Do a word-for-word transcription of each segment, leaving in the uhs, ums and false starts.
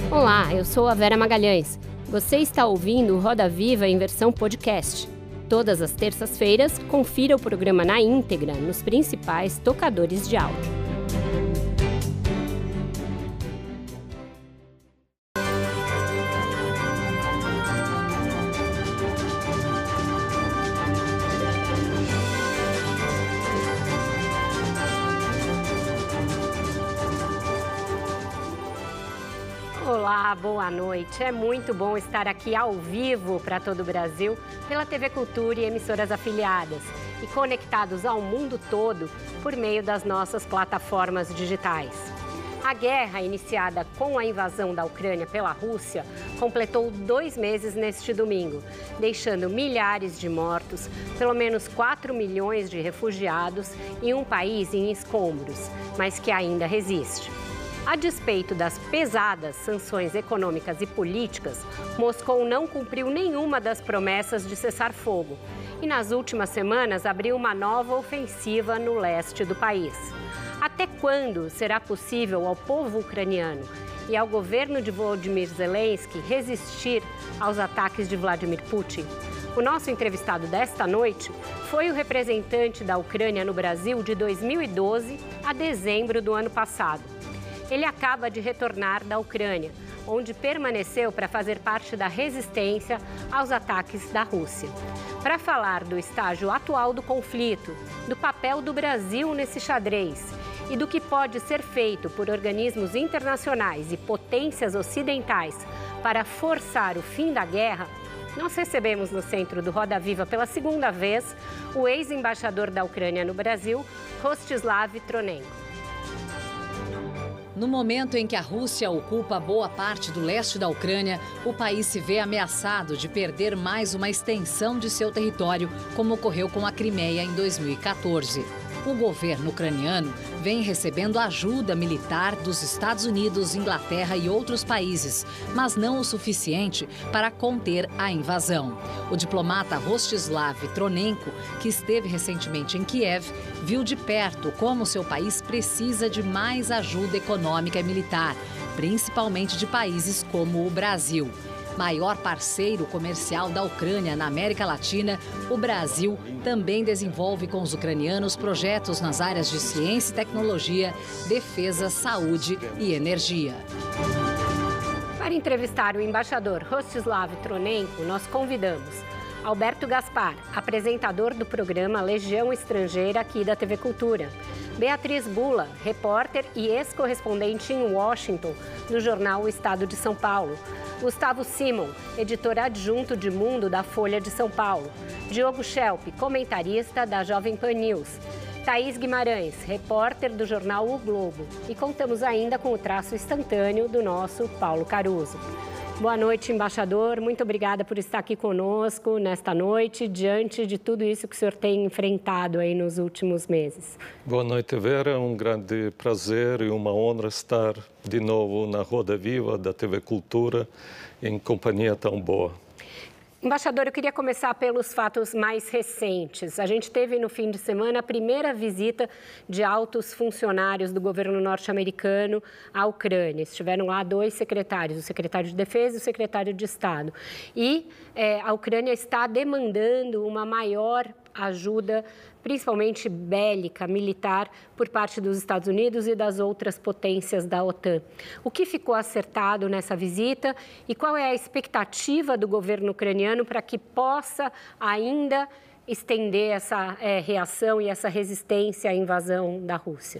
Olá, eu sou a Vera Magalhães. Você está ouvindo o Roda Viva em versão podcast. Todas as terças-feiras, confira o programa na íntegra nos principais tocadores de áudio. Olá, boa noite. É muito bom estar aqui ao vivo para todo o Brasil, pela T V Cultura e emissoras afiliadas, e conectados ao mundo todo por meio das nossas plataformas digitais. A guerra, iniciada com a invasão da Ucrânia pela Rússia, completou dois meses neste domingo, deixando milhares de mortos, pelo menos quatro milhões de refugiados e um país em escombros, mas que ainda resiste. A despeito das pesadas sanções econômicas e políticas, Moscou não cumpriu nenhuma das promessas de cessar fogo e, nas últimas semanas, abriu uma nova ofensiva no leste do país. Até quando será possível ao povo ucraniano e ao governo de Volodymyr Zelensky resistir aos ataques de Vladimir Putin? O nosso entrevistado desta noite foi o representante da Ucrânia no Brasil de dois mil e doze a dezembro do ano passado. Ele acaba de retornar da Ucrânia, onde permaneceu para fazer parte da resistência aos ataques da Rússia. Para falar do estágio atual do conflito, do papel do Brasil nesse xadrez e do que pode ser feito por organismos internacionais e potências ocidentais para forçar o fim da guerra, nós recebemos no centro do Roda Viva pela segunda vez o ex-embaixador da Ucrânia no Brasil, Rostislav Tronenko. No momento em que a Rússia ocupa boa parte do leste da Ucrânia, o país se vê ameaçado de perder mais uma extensão de seu território, como ocorreu com a Crimeia em dois mil e quatorze. O governo ucraniano vem recebendo ajuda militar dos Estados Unidos, Inglaterra e outros países, mas não o suficiente para conter a invasão. O diplomata Rostislav Tronenko, que esteve recentemente em Kiev, viu de perto como seu país precisa de mais ajuda econômica e militar, principalmente de países como o Brasil. Maior parceiro comercial da Ucrânia na América Latina, o Brasil também desenvolve com os ucranianos projetos nas áreas de ciência e tecnologia, defesa, saúde e energia. Para entrevistar o embaixador Rostislav Tronenko, nós convidamos Alberto Gaspar, apresentador do programa Legião Estrangeira aqui da T V Cultura. Beatriz Bula, repórter e ex-correspondente em Washington, do jornal O Estado de São Paulo. Gustavo Simon, editor adjunto de Mundo da Folha de São Paulo. Diogo Schelp, comentarista da Jovem Pan News. Thaís Guimarães, repórter do jornal O Globo. E contamos ainda com o traço instantâneo do nosso Paulo Caruso. Boa noite, embaixador. Muito obrigada por estar aqui conosco nesta noite, diante de tudo isso que o senhor tem enfrentado aí nos últimos meses. Boa noite, Vera. É um grande prazer e uma honra estar de novo na Roda Viva da T V Cultura, em companhia tão boa. Embaixador, eu queria começar pelos fatos mais recentes. A gente teve no fim de semana a primeira visita de altos funcionários do governo norte-americano à Ucrânia. Estiveram lá dois secretários, o secretário de Defesa e o secretário de Estado. E é, a Ucrânia está demandando uma maior ajuda, principalmente bélica, militar, por parte dos Estados Unidos e das outras potências da OTAN. O que ficou acertado nessa visita e qual é a expectativa do governo ucraniano para que possa ainda estender essa é, reação e essa resistência à invasão da Rússia?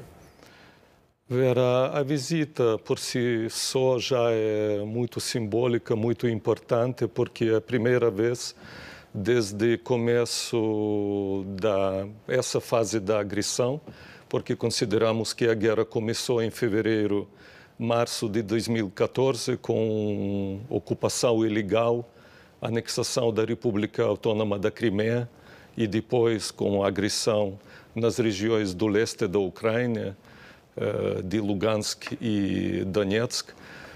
Vera, a visita por si só já é muito simbólica, muito importante, porque é a primeira vez desde o começo da essa fase da agressão, porque consideramos que a guerra começou em fevereiro, março de dois mil e quatorze, com ocupação ilegal, anexação da República Autônoma da Crimeia e depois com a agressão nas regiões do leste da Ucrânia, de Lugansk e Donetsk.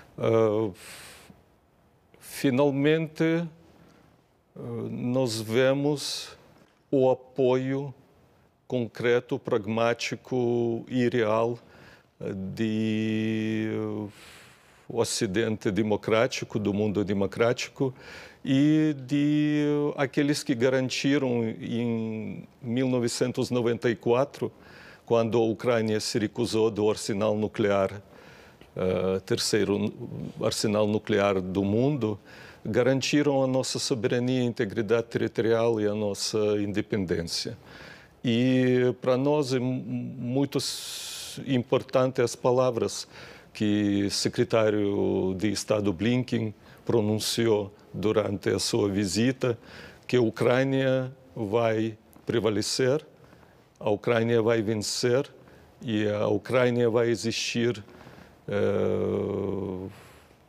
Finalmente, nós vemos o apoio concreto, pragmático e real de Ocidente democrático, do mundo democrático, e de aqueles que garantiram em mil novecentos e noventa e quatro, quando a Ucrânia se recusou do arsenal nuclear, uh, terceiro arsenal nuclear do mundo, garantiram a nossa soberania, integridade territorial e a nossa independência. E para nós é muito importante as palavras que o secretário de Estado Blinken pronunciou durante a sua visita, que a Ucrânia vai prevalecer, a Ucrânia vai vencer e a Ucrânia vai existir uh,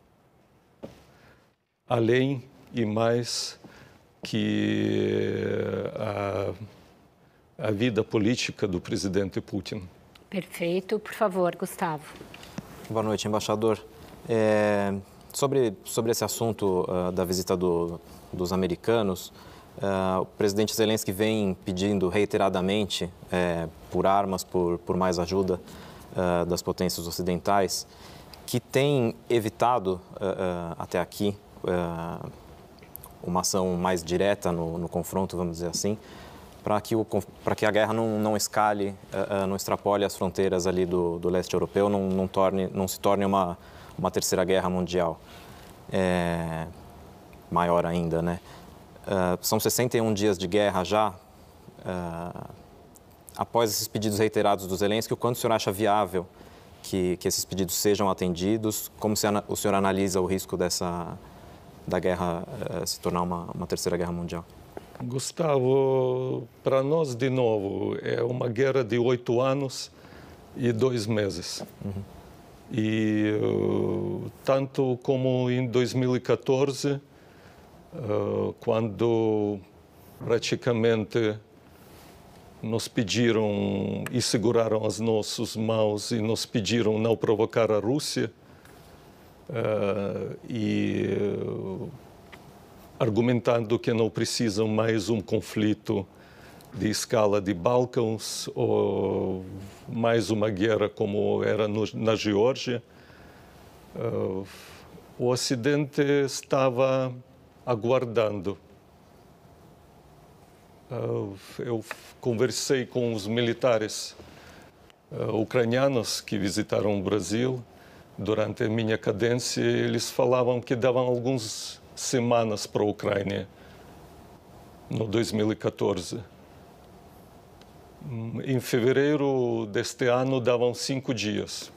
além e mais que a, a vida política do presidente Putin. Perfeito. Por favor, Gustavo. Boa noite, embaixador. É, sobre, sobre esse assunto uh, da visita do, dos americanos, uh, o presidente Zelensky vem pedindo reiteradamente é, por armas, por, por mais ajuda uh, das potências ocidentais, que tem evitado uh, uh, até aqui uh, uma ação mais direta no, no confronto, vamos dizer assim, para que, o, para que a guerra não, não escale, uh, não extrapole as fronteiras ali do, do leste europeu, não, não, torne, não se torne uma, uma terceira guerra mundial, é, maior ainda, né? Uh, são sessenta e um dias de guerra já. Uh, após esses pedidos reiterados do Zelensky, o quanto o senhor acha viável que, que esses pedidos sejam atendidos? Como se, o senhor analisa o risco dessa, da guerra uh, se tornar uma, uma terceira guerra mundial? Gustavo, para nós, de novo, é uma guerra de oito anos e dois meses. Uhum. E uh, tanto como em dois mil e quatorze, uh, quando praticamente nos pediram e seguraram as nossas mãos e nos pediram não provocar a Rússia, uh, e uh, argumentando que não precisam mais um conflito de escala de Balcãs ou mais uma guerra como era no, na Geórgia. Uh, o Ocidente estava aguardando. Uh, eu conversei com os militares uh, ucranianos que visitaram o Brasil durante a minha cadência. Eles falavam que davam alguns semanas para a Ucrânia no dois mil e quatorze. Em fevereiro deste ano davam cinco dias.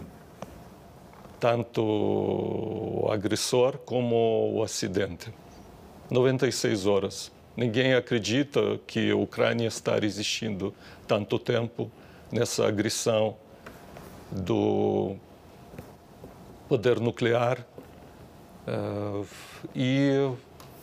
Tanto o agressor como o Ocidente. noventa e seis horas. Ninguém acredita que a Ucrânia está resistindo tanto tempo nessa agressão do poder nuclear. Uh, e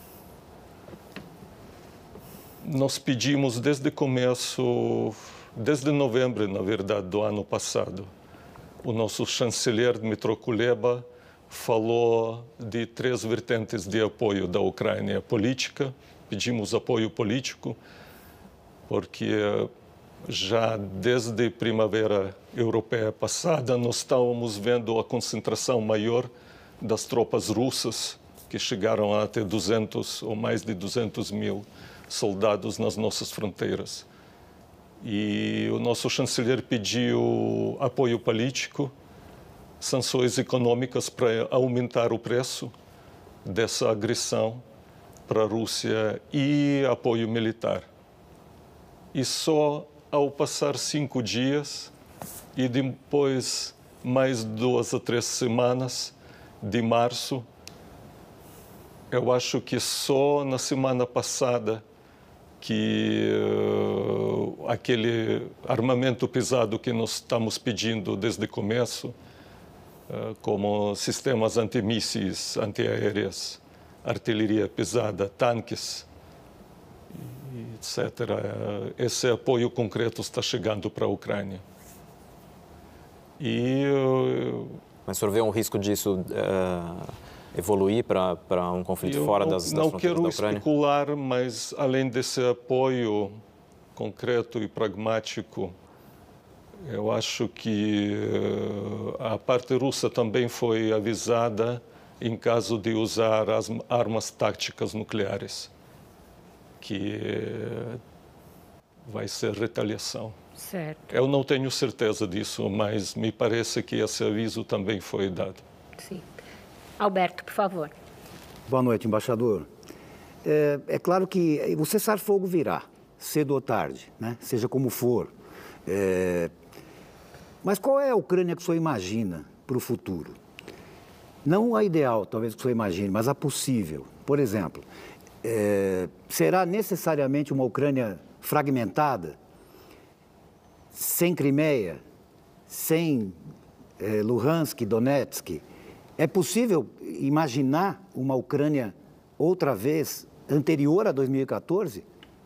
nós pedimos desde o começo, desde novembro, na verdade, do ano passado, o nosso chanceler Dmytro Kuleba falou de três vertentes de apoio da Ucrânia: política, pedimos apoio político, porque já desde a primavera europeia passada nós estávamos vendo a concentração maior das tropas russas, que chegaram a ter duzentos ou mais de duzentos mil soldados nas nossas fronteiras. E o nosso chanceler pediu apoio político, sanções econômicas para aumentar o preço dessa agressão para a Rússia e apoio militar. E só ao passar cinco dias e depois mais duas a três semanas de março, eu acho que só na semana passada que uh, aquele armamento pesado que nós estamos pedindo desde o começo, uh, como sistemas antimísseis, antiaéreas, artilharia pesada, tanques, etcétera, uh, esse apoio concreto está chegando para a Ucrânia. E uh, Mas o senhor vê um risco disso uh, evoluir para um conflito eu fora não, das, das não fronteiras da Ucrânia? Não quero especular, mas além desse apoio concreto e pragmático Eu acho que a parte russa também foi avisada em caso de usar as armas táticas nucleares, que vai ser retaliação. Certo. Eu não tenho certeza disso, mas me parece que esse aviso também foi dado. Sim. Alberto, por favor. Boa noite, embaixador. É, é claro que o cessar-fogo virá, cedo ou tarde, né? Seja como for. É... Mas qual é a Ucrânia que o senhor imagina para o futuro? Não a ideal, talvez, que o senhor imagine, mas a possível. Por exemplo, é... será necessariamente uma Ucrânia fragmentada, sem Crimeia, sem é, Luhansk, Donetsk? É possível imaginar uma Ucrânia outra vez anterior a dois mil e quatorze?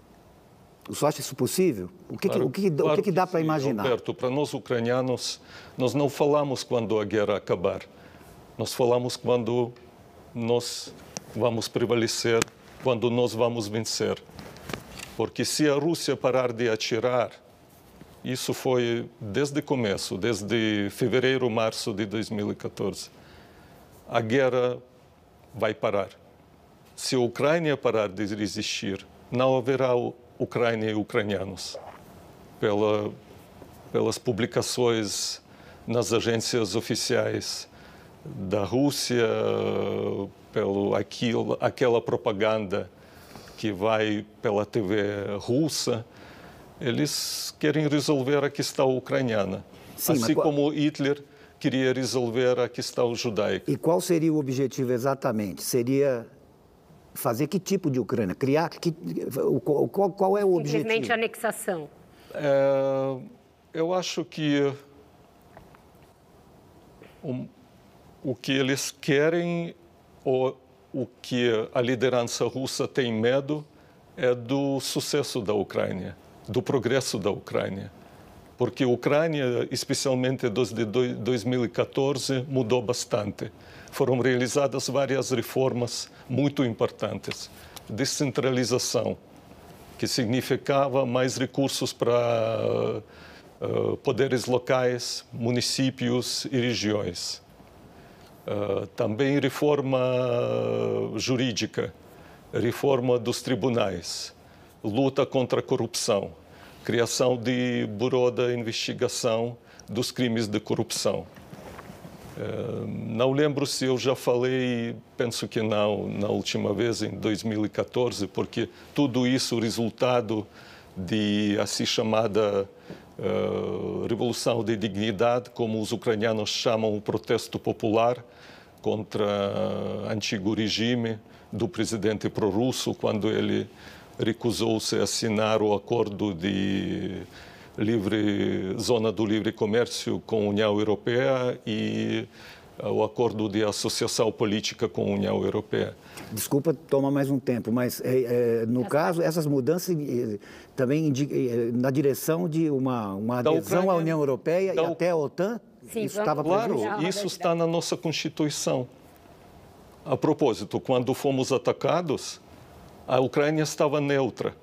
O senhor acha isso possível? O que, claro, que, o que, claro o que, que dá para sim, imaginar? Alberto, para nós ucranianos, nós não falamos quando a guerra acabar. Nós falamos quando nós vamos prevalecer, quando nós vamos vencer. Porque se a Rússia parar de atirar, isso foi desde o começo, desde fevereiro, março de dois mil e quatorze, a guerra vai parar. Se a Ucrânia parar de existir, não haverá Ucrânia e ucranianos. Pela, pelas publicações nas agências oficiais da Rússia, pelo aquilo, aquela propaganda que vai pela T V russa, eles querem resolver a questão ucraniana. Sim, assim qual... como Hitler queria resolver a questão judaica. E qual seria o objetivo exatamente? Seria fazer que tipo de Ucrânia? Criar que, qual, qual é o objetivo? Simplesmente anexação. É, eu acho que o, o que eles querem, ou o que a liderança russa tem medo, é do sucesso da Ucrânia, do progresso da Ucrânia. Porque a Ucrânia, especialmente desde dois mil e quatorze, mudou bastante. Foram realizadas várias reformas muito importantes. Descentralização, que significava mais recursos para uh, poderes locais, municípios e regiões. Uh, também reforma jurídica, reforma dos tribunais, luta contra a corrupção, criação de Bureau da Investigação dos Crimes de Corrupção. Uh, não lembro se eu já falei, penso que não, na última vez, em dois mil e quatorze, porque tudo isso resultado de assim chamada uh, Revolução de Dignidade, como os ucranianos chamam o protesto popular contra o antigo regime do presidente pró-russo, quando ele recusou-se a assinar o acordo de livre, zona do livre comércio com a União Europeia e o acordo de associação política com a União Europeia. Desculpa tomar mais um tempo, mas é, é, no caso, essas mudanças é, também é, na direção de uma, uma adesão Ucrânia, à União Europeia da, e até à OTAN? Sim, isso estava claro, previsto? isso está na nossa Constituição. A propósito, quando fomos atacados, a Ucrânia estava neutra.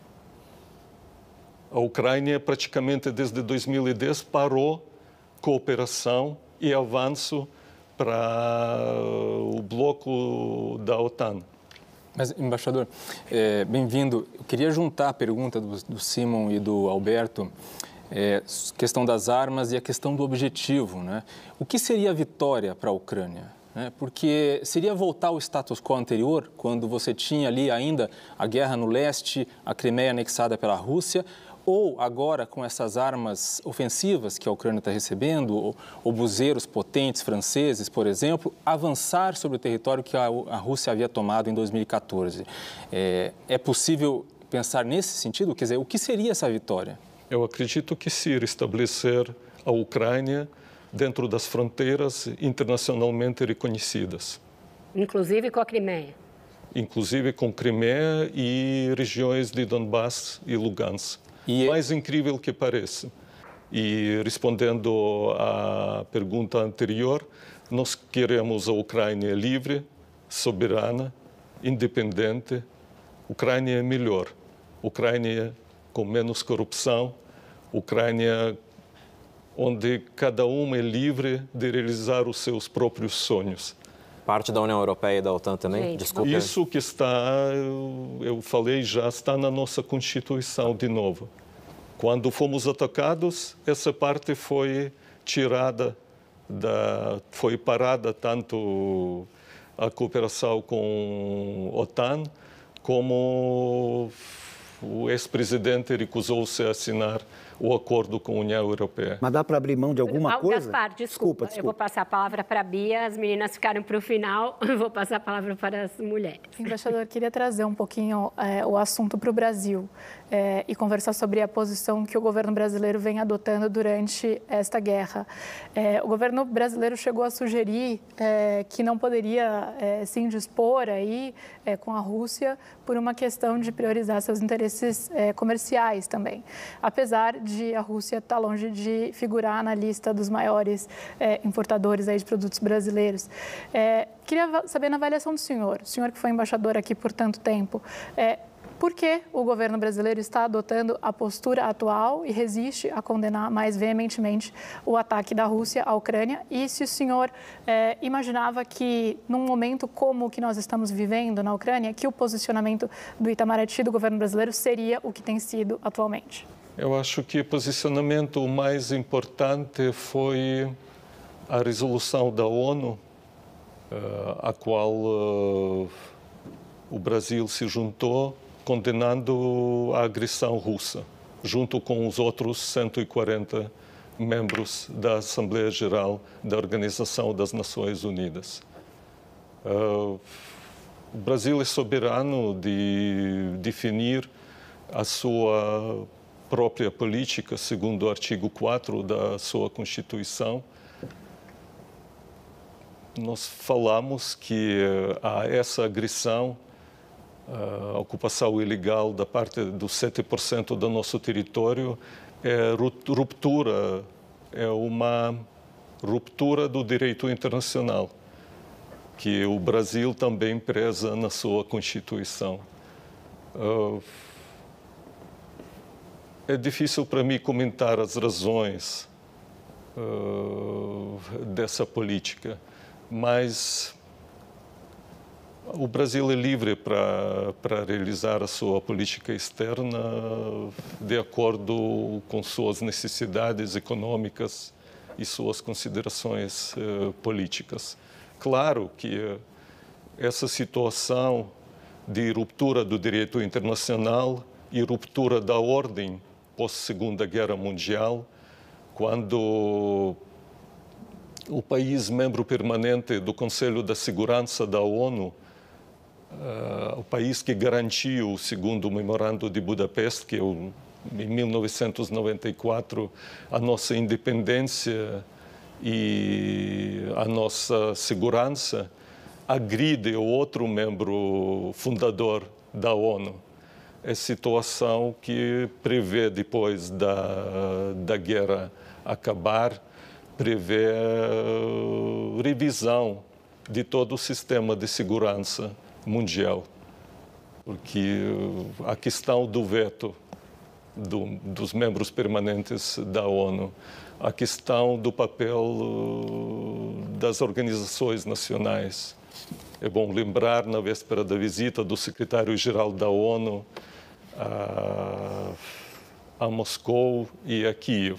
A Ucrânia, praticamente desde dois mil e dez, parou cooperação e avanço para o bloco da OTAN. Mas, embaixador, é, bem-vindo. Eu queria juntar a pergunta do, do Simon e do Alberto, é, questão das armas e a questão do objetivo, né? O que seria a vitória para a Ucrânia? Né? Porque seria voltar ao status quo anterior, quando você tinha ali ainda a guerra no leste, a Crimeia anexada pela Rússia, ou agora com essas armas ofensivas que a Ucrânia está recebendo, obuseiros potentes franceses, por exemplo, avançar sobre o território que a, a Rússia havia tomado em dois mil e quatorze. É, é possível pensar nesse sentido? Quer dizer, o que seria essa vitória? Eu acredito que sim, restabelecer a Ucrânia dentro das fronteiras internacionalmente reconhecidas. Inclusive com a Crimeia. Inclusive com Crimeia e regiões de Donbass e Lugansk. E... mais incrível que pareça. E respondendo à pergunta anterior, nós queremos a Ucrânia livre, soberana, independente. Ucrânia é melhor. Ucrânia com menos corrupção. Ucrânia onde cada um é livre de realizar os seus próprios sonhos. Parte da União Europeia e da OTAN também? Gente, Desculpa. Isso que está, eu falei já, está na nossa Constituição de novo. Quando fomos atacados, essa parte foi tirada, da, foi parada tanto a cooperação com a OTAN, como o ex-presidente recusou-se a assinar o acordo com a União Europeia. Mas dá para abrir mão de alguma Ah, coisa? Gaspar, desculpa, desculpa, desculpa. eu vou passar a palavra para a Bia, as meninas ficaram para o final, eu vou passar a palavra para as mulheres. Embaixador, queria trazer um pouquinho é, o assunto para o Brasil é, e conversar sobre a posição que o governo brasileiro vem adotando durante esta guerra. É, o governo brasileiro chegou a sugerir é, que não poderia é, se indispor aí, é, com a Rússia por uma questão de priorizar seus interesses é, comerciais também, apesar de a Rússia estar longe de figurar na lista dos maiores é, importadores aí de produtos brasileiros. É, queria saber, na avaliação do senhor, o senhor que foi embaixador aqui por tanto tempo, é, por que o governo brasileiro está adotando a postura atual e resiste a condenar mais veementemente o ataque da Rússia à Ucrânia? E se o senhor é, imaginava que, num momento como o que nós estamos vivendo na Ucrânia, que o posicionamento do Itamaraty, do governo brasileiro, seria o que tem sido atualmente? Eu acho que o posicionamento mais importante foi a resolução da ONU, a qual o Brasil se juntou, condenando a agressão russa, junto com os outros cento e quarenta membros da Assembleia Geral da Organização das Nações Unidas. O Brasil é soberano de definir a sua própria política, segundo o artigo quatro da sua Constituição. Nós falamos que há essa agressão, a ocupação ilegal da parte dos sete por cento do nosso território é ruptura, é uma ruptura do direito internacional, que o Brasil também preza na sua Constituição. É difícil para mim comentar as razões uh, dessa política, mas o Brasil é livre para para realizar a sua política externa de acordo com suas necessidades econômicas e suas considerações uh, políticas. Claro que uh, essa situação de ruptura do direito internacional e ruptura da ordem pós-Segunda Guerra Mundial, quando o país membro permanente do Conselho da Segurança da ONU, uh, o país que garantiu, segundo o Memorando de Budapeste, que é o, em mil novecentos e noventa e quatro, a nossa independência e a nossa segurança, agride o outro membro fundador da ONU. É situação que prevê, depois da, da guerra acabar, prevê uh, revisão de todo o sistema de segurança mundial. Porque uh, a questão do veto do, dos membros permanentes da ONU, a questão do papel uh, das organizações nacionais. É bom lembrar, na véspera da visita do secretário-geral da ONU, A, a Moscou e a Kiev.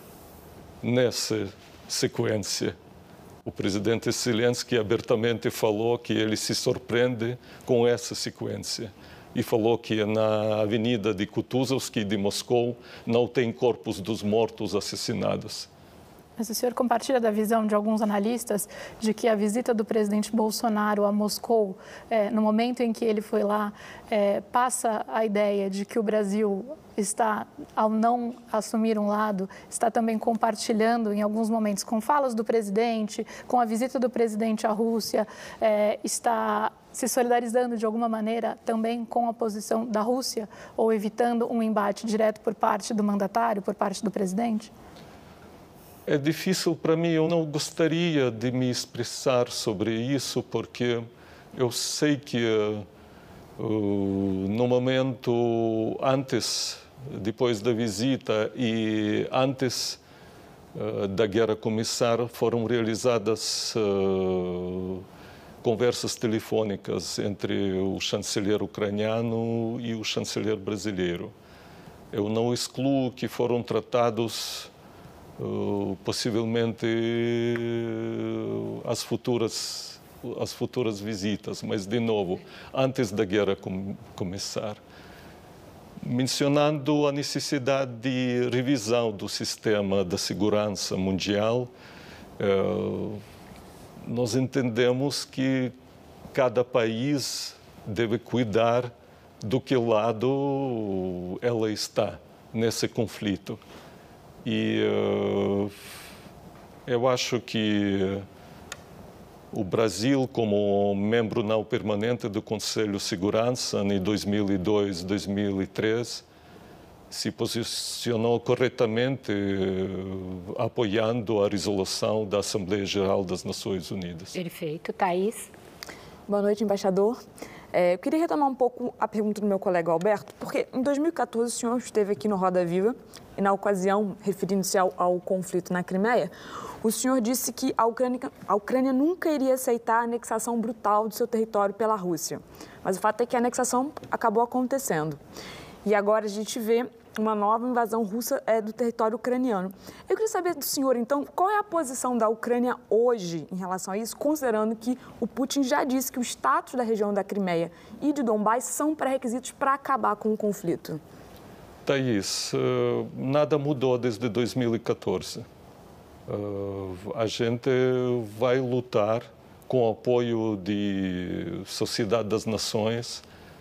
Nessa sequência, o presidente Zelensky abertamente falou que ele se surpreende com essa sequência e falou que na avenida de Kutuzovsky de Moscou não tem corpos dos mortos assassinados. Mas o senhor compartilha da visão de alguns analistas de que a visita do presidente Bolsonaro a Moscou, é, no momento em que ele foi lá, é, passa a ideia de que o Brasil está, ao não assumir um lado, está também compartilhando em alguns momentos com falas do presidente, com a visita do presidente à Rússia, é, está se solidarizando de alguma maneira também com a posição da Rússia ou evitando um embate direto por parte do mandatário, por parte do presidente? É difícil para mim, eu não gostaria de me expressar sobre isso, porque eu sei que uh, no momento antes, depois da visita e antes uh, da guerra começar, foram realizadas uh, conversas telefônicas entre o chanceler ucraniano e o chanceler brasileiro. Eu não excluo que foram tratados uh, possivelmente uh, as futuras as futuras visitas, mas de novo, antes da guerra com, começar. Mencionando a necessidade de revisão do sistema da segurança mundial, uh, nós entendemos que cada país deve cuidar do que lado ela está nesse conflito. E uh, eu acho que o Brasil, como membro não permanente do Conselho de Segurança em dois mil e dois, dois mil e três, se posicionou corretamente uh, apoiando a resolução da Assembleia Geral das Nações Unidas. Perfeito. Thaís? Boa noite, embaixador. É, eu queria retomar um pouco a pergunta do meu colega Alberto, porque em dois mil e quatorze o senhor esteve aqui no Roda Viva e, na ocasião, referindo-se ao, ao conflito na Crimeia, o senhor disse que a Ucrânia, a Ucrânia nunca iria aceitar a anexação brutal do seu território pela Rússia. Mas o fato é que a anexação acabou acontecendo. E agora a gente vê uma nova invasão russa é, do território ucraniano. Eu queria saber do senhor, então, qual é a posição da Ucrânia hoje em relação a isso, considerando que o Putin já disse que o status da região da Crimeia e de Donbás são pré-requisitos para acabar com o conflito? Thaís, nada mudou desde dois mil e quatorze. A gente vai lutar com o apoio de Sociedade das Nações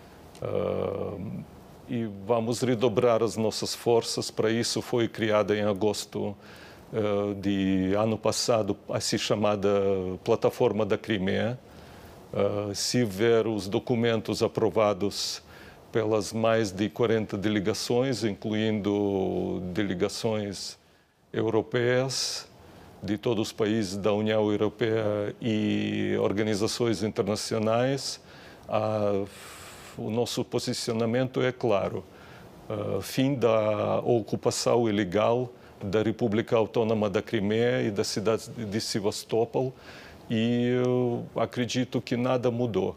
e vamos redobrar as nossas forças. Para isso foi criada em agosto uh, de ano passado a assim chamada Plataforma da Crimeia. Uh, se ver os documentos aprovados pelas mais de quarenta delegações, incluindo delegações europeias, de todos os países da União Europeia e organizações internacionais, uh, o nosso posicionamento é claro. Uh, fim da ocupação ilegal da República Autônoma da Crimeia e da cidade de Sevastopol, e eu acredito que nada mudou.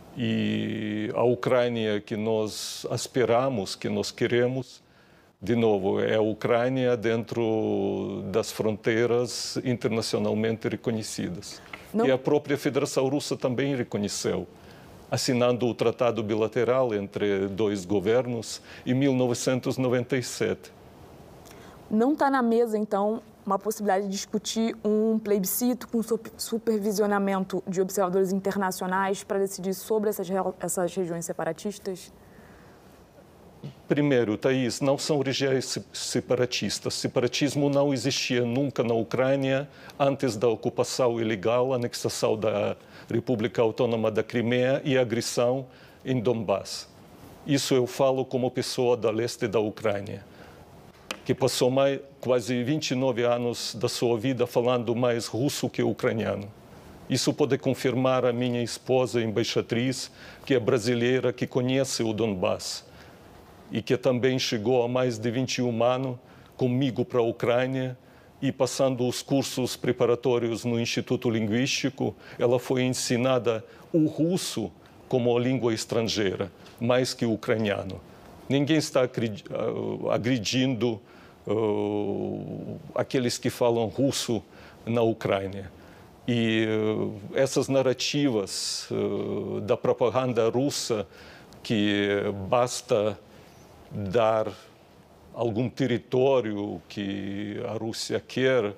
E a Ucrânia que nós aspiramos, que nós queremos, de novo, é a Ucrânia dentro das fronteiras internacionalmente reconhecidas. Não. E a própria Federação Russa também reconheceu, assinando o tratado bilateral entre dois governos em mil novecentos e noventa e sete. Não está na mesa, então, uma possibilidade de discutir um plebiscito com supervisionamento de observadores internacionais para decidir sobre essas, essas regiões separatistas? Primeiro, Thaís, não são regiões separatistas. Separatismo não existia nunca na Ucrânia antes da ocupação ilegal, anexação da República Autônoma da Crimeia e agressão em Donbás. Isso eu falo como pessoa da leste da Ucrânia, que passou mais, quase vinte e nove anos da sua vida falando mais russo que ucraniano. Isso pode confirmar a minha esposa embaixatriz, que é brasileira, que conhece o Donbás e que também chegou há mais de vinte e um anos comigo para a Ucrânia, e passando os cursos preparatórios no Instituto Linguístico, ela foi ensinada o russo como língua estrangeira, mais que o ucraniano. Ninguém está agredindo uh, aqueles que falam russo na Ucrânia. E uh, essas narrativas uh, da propaganda russa, que basta dar algum território que a Rússia quer,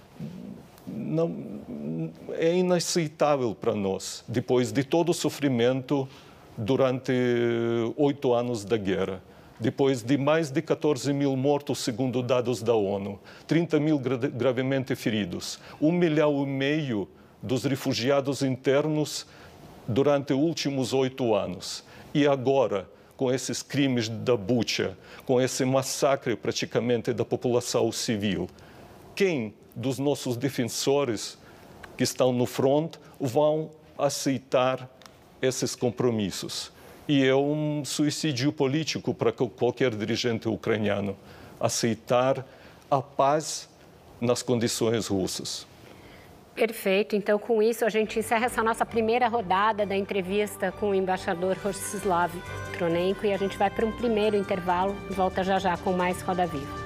não, é inaceitável para nós, depois de todo o sofrimento durante oito anos da guerra, depois de mais de catorze mil mortos, segundo dados da ONU, trinta mil gra gravemente feridos, um milhão e meio dos refugiados internos durante os últimos oito anos. E agora, com esses crimes da Bucha, com esse massacre praticamente da população civil, quem dos nossos defensores que estão no front vão aceitar esses compromissos? E é um suicídio político para qualquer dirigente ucraniano aceitar a paz nas condições russas. Perfeito. Então, com isso, a gente encerra essa nossa primeira rodada da entrevista com o embaixador Rostislav Tronenko e a gente vai para um primeiro intervalo e volta já já com mais Roda Viva.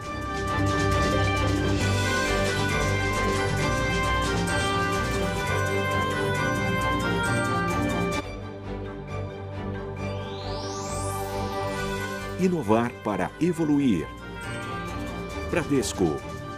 Inovar para evoluir. Bradesco.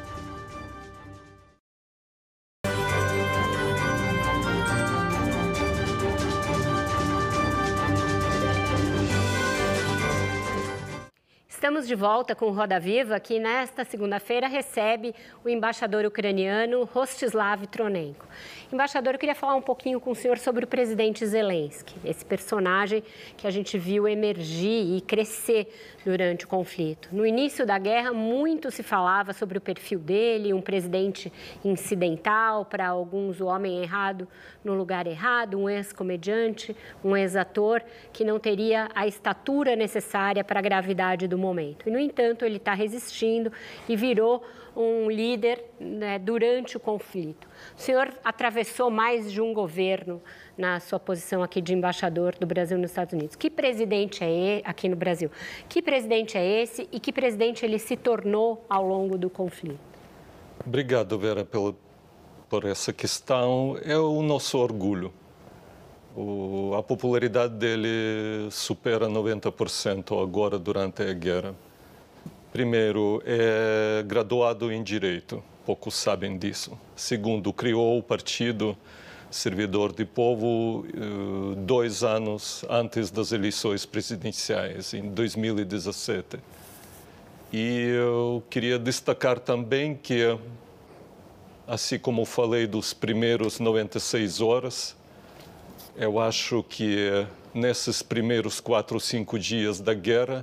Estamos de volta com o Roda Viva, que nesta segunda-feira recebe o embaixador ucraniano Rostislav Tronenko. Embaixador, eu queria falar um pouquinho com o senhor sobre o presidente Zelensky, esse personagem que a gente viu emergir e crescer durante o conflito. No início da guerra, muito se falava sobre o perfil dele, um presidente incidental, para alguns o homem errado no lugar errado, um ex-comediante, um ex-ator que não teria a estatura necessária para a gravidade do momento. E, no entanto, ele está resistindo e virou um líder, né, durante o conflito. O senhor atravessou mais de um governo na sua posição aqui de embaixador do Brasil nos Estados Unidos. Que presidente é esse, aqui no Brasil? Que presidente é esse e que presidente ele se tornou ao longo do conflito? Obrigado, Vera, pelo, por essa questão. É o nosso orgulho. O, a popularidade dele supera noventa por cento agora durante a guerra. Primeiro, é graduado em Direito, poucos sabem disso. Segundo, criou o Partido Servidor do Povo dois anos antes das eleições presidenciais, em dois mil e dezessete. E eu queria destacar também que, assim como falei dos primeiros noventa e seis horas, eu acho que nesses primeiros quatro ou cinco dias da guerra,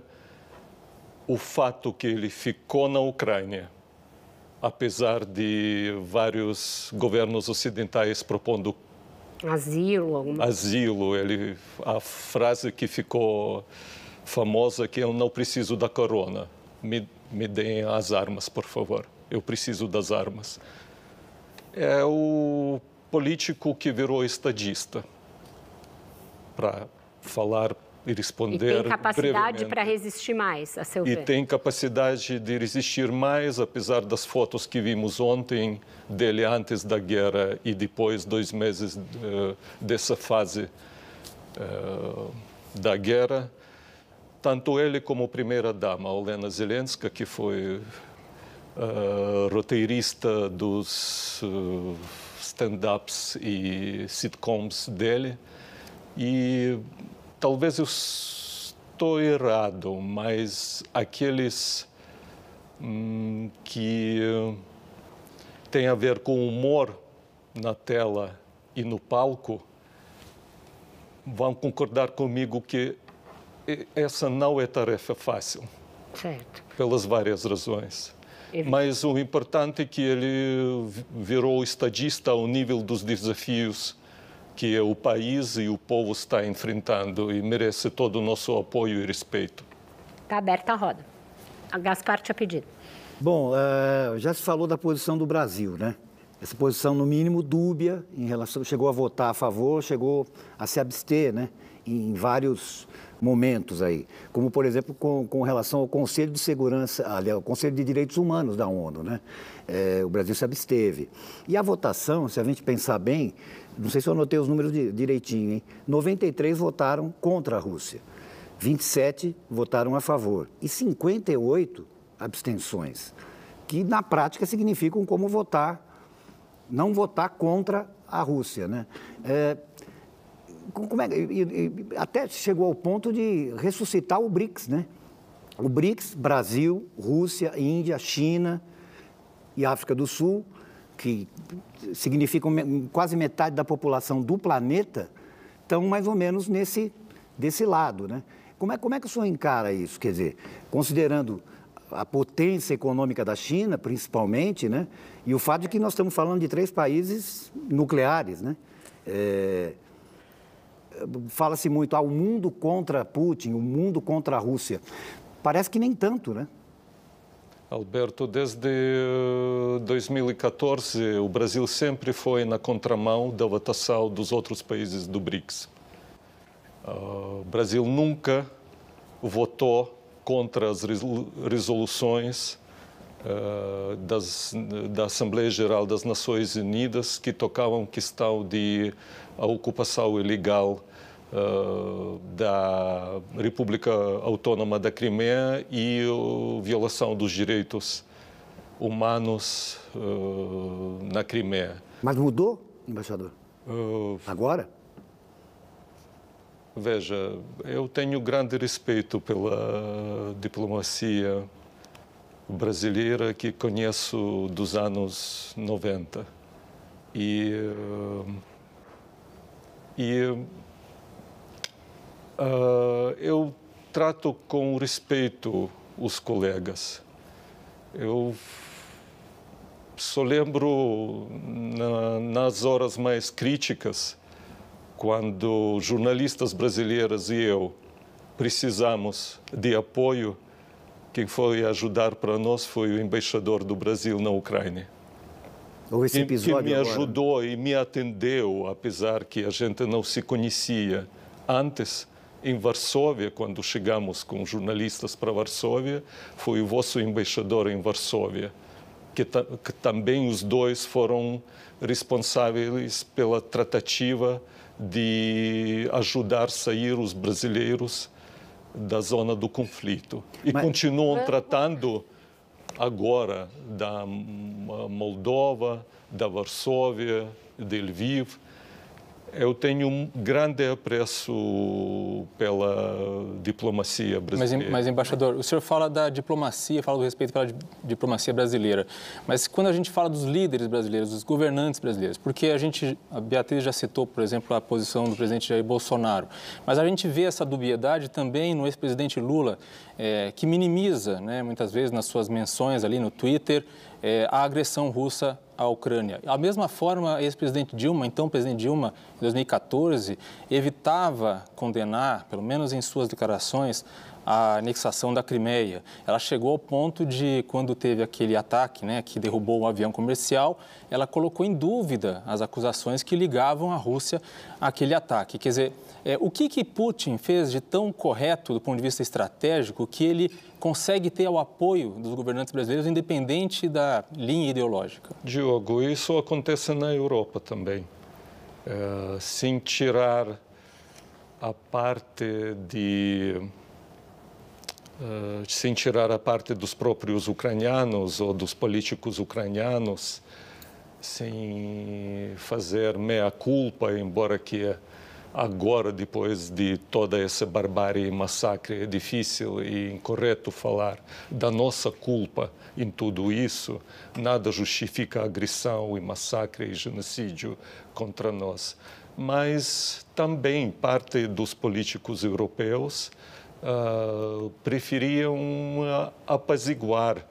o fato que ele ficou na Ucrânia, apesar de vários governos ocidentais propondo asilo, alguma... asilo, ele, a frase que ficou famosa que eu não preciso da corona, me, me deem as armas, por favor, eu preciso das armas. É o político que virou estadista, para falar e responder. E tem capacidade para resistir mais, a seu ver. E tem capacidade de resistir mais, apesar das fotos que vimos ontem dele antes da guerra e depois, dois meses uh, dessa fase uh, da guerra. Tanto ele como a primeira-dama, Olena Zelenska, que foi uh, roteirista dos uh, stand-ups e sitcoms dele. E talvez eu estou errado, mas aqueles hum, que têm a ver com humor na tela e no palco vão concordar comigo que essa não é tarefa fácil. Certo. Pelas várias razões. Mas o importante é que ele virou estadista ao nível dos desafios que o país e o povo está enfrentando e merece todo o nosso apoio e respeito. Está aberta a roda. A Gaspar tinha pedido. Bom, uh, já se falou da posição do Brasil, né? Essa posição, no mínimo, dúbia, em relação, chegou a votar a favor, chegou a se abster, né? Em vários momentos aí, como, por exemplo, com, com relação ao Conselho de Segurança, aliás, ao Conselho de Direitos Humanos da ONU, né? É, o Brasil se absteve. E a votação, se a gente pensar bem, não sei se eu anotei os números de, direitinho, hein? noventa e três votaram contra a Rússia, vinte e sete votaram a favor e cinquenta e oito abstenções, que na prática significam como votar, não votar contra a Rússia, né? É, como é, e, e, até chegou ao ponto de ressuscitar o BRICS, né? O BRICS, Brasil, Rússia, Índia, China e África do Sul, que significam quase metade da população do planeta, estão mais ou menos nesse, desse lado, né? Como é, como é que o senhor encara isso? Quer dizer, considerando a potência econômica da China, principalmente, né? E o fato de que nós estamos falando de três países nucleares, né? É, fala-se muito, ah, o mundo contra Putin, o mundo contra a Rússia. Parece que nem tanto, né? Alberto, desde dois mil e quatorze, o Brasil sempre foi na contramão da votação dos outros países do BRICS. O Brasil nunca votou contra as resoluções uh, das, da Assembleia Geral das Nações Unidas que tocavam questão de a ocupação ilegal uh, da República Autônoma da Crimeia e a violação dos direitos humanos uh, na Crimeia. Mas mudou, embaixador? Uh, Agora? Veja, eu tenho grande respeito pela diplomacia brasileira que conheço dos anos noventa. E, e uh, eu trato com respeito os colegas. Eu só lembro na, nas horas mais críticas, quando jornalistas brasileiros e eu precisamos de apoio, quem foi ajudar para nós foi o embaixador do Brasil na Ucrânia. Houve esse episódio que me agora. ajudou e me atendeu, apesar que a gente não se conhecia antes. Em Varsóvia, quando chegamos com jornalistas para Varsóvia, foi o vosso embaixador em Varsóvia, que, ta que também os dois foram responsáveis pela tratativa de ajudar a sair os brasileiros da zona do conflito. E Mas... continuam tratando agora da Moldova, da Varsóvia, de Lviv. Eu tenho um grande apreço pela diplomacia brasileira. Mas, mas, embaixador, o senhor fala da diplomacia, fala do respeito pela diplomacia brasileira. Mas quando a gente fala dos líderes brasileiros, dos governantes brasileiros, porque a gente, a Beatriz já citou, por exemplo, a posição do presidente Jair Bolsonaro, mas a gente vê essa dubiedade também no ex-presidente Lula, é, que minimiza, né, muitas vezes nas suas menções ali no Twitter, é, a agressão russa à Ucrânia. Da mesma forma, a ex-presidente Dilma, então presidente Dilma, em dois mil e quatorze, evitava condenar, pelo menos em suas declarações, a anexação da Crimeia. Ela chegou ao ponto de, quando teve aquele ataque, né, que derrubou um avião comercial, ela colocou em dúvida as acusações que ligavam a Rússia àquele ataque. Quer dizer, é, o que, que Putin fez de tão correto do ponto de vista estratégico que ele consegue ter o apoio dos governantes brasileiros independente da linha ideológica? Diogo, isso acontece na Europa também. É, sem tirar a parte de... Uh, sem tirar a parte dos próprios ucranianos ou dos políticos ucranianos, sem fazer meia-culpa, embora que agora, depois de toda essa barbárie e massacre, é difícil e incorreto falar da nossa culpa em tudo isso. Nada justifica a agressão e massacre e genocídio contra nós. Mas também parte dos políticos europeus Uh, preferiam uh, apaziguar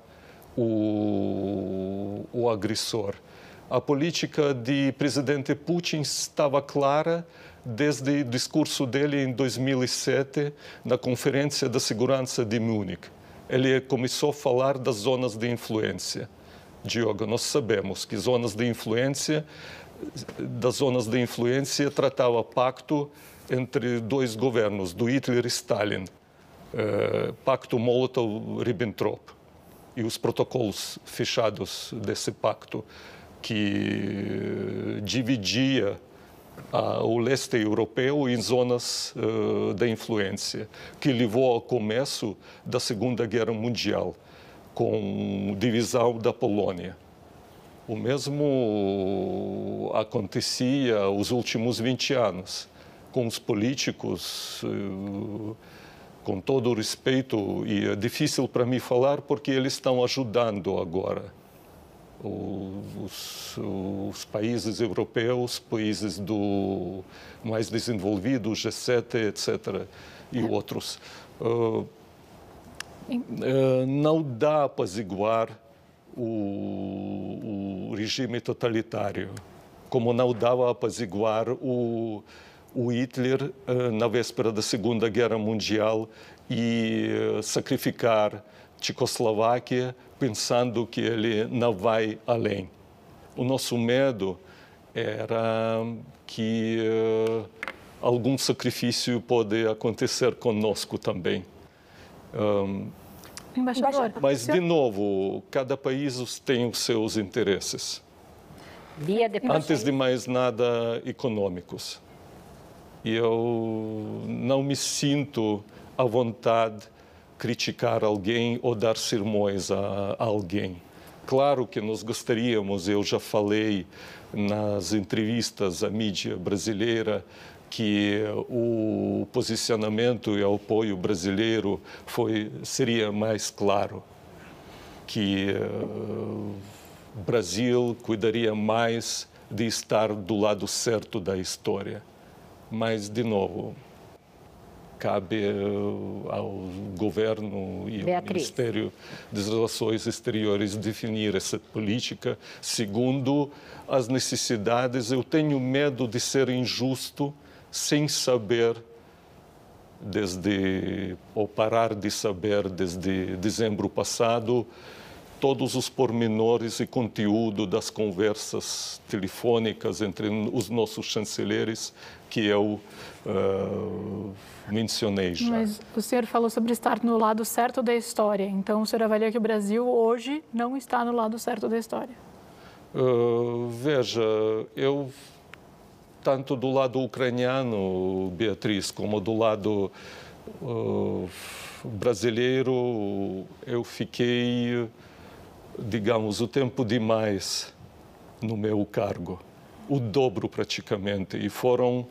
o, o agressor. A política de presidente Putin estava clara desde o discurso dele em dois mil e sete, na Conferência da Segurança de Munique. Ele começou a falar das zonas de influência. Diogo, nós sabemos que zonas de influência, das zonas de influência tratava pacto entre dois governos, do Hitler e Stalin. Uh, pacto Molotov-Ribbentrop e os protocolos fechados desse pacto que dividia uh, o leste europeu em zonas uh, de influência, que levou ao começo da Segunda Guerra Mundial, com divisão da Polônia. O mesmo acontecia os últimos vinte anos, com os políticos... Uh, com todo o respeito, e é difícil para mim falar porque eles estão ajudando agora os, os países europeus, países do mais desenvolvidos, G sete, etcétera, e outros. Uh, uh, não dá a apaziguar o, o regime totalitário, como não dava a apaziguar o o Hitler na véspera da Segunda Guerra Mundial e sacrificar Tchecoslováquia, pensando que ele não vai além. O nosso medo era que uh, algum sacrifício pode acontecer conosco também. Um, Embaixador, mas, de novo, cada país tem os seus interesses. Via Antes de mais nada, econômicos. E eu não me sinto à vontade de criticar alguém ou dar sermões a alguém. Claro que nós gostaríamos, eu já falei nas entrevistas à mídia brasileira, que o posicionamento e o apoio brasileiro foi, seria mais claro, que o uh, Brasil cuidaria mais de estar do lado certo da história. Mas, de novo, cabe uh, ao governo e Beatriz. ao Ministério das Relações Exteriores definir essa política segundo as necessidades. Eu tenho medo de ser injusto sem saber, desde, ou parar de saber desde dezembro passado, todos os pormenores e conteúdo das conversas telefônicas entre os nossos chanceleres, que eu uh, mencionei já. Mas o senhor falou sobre estar no lado certo da história. Então, o senhor avalia que o Brasil hoje não está no lado certo da história? Uh, veja, eu... tanto do lado ucraniano, Beatriz, como do lado uh, brasileiro, eu fiquei, digamos, o tempo demais no meu cargo, o dobro praticamente, e foram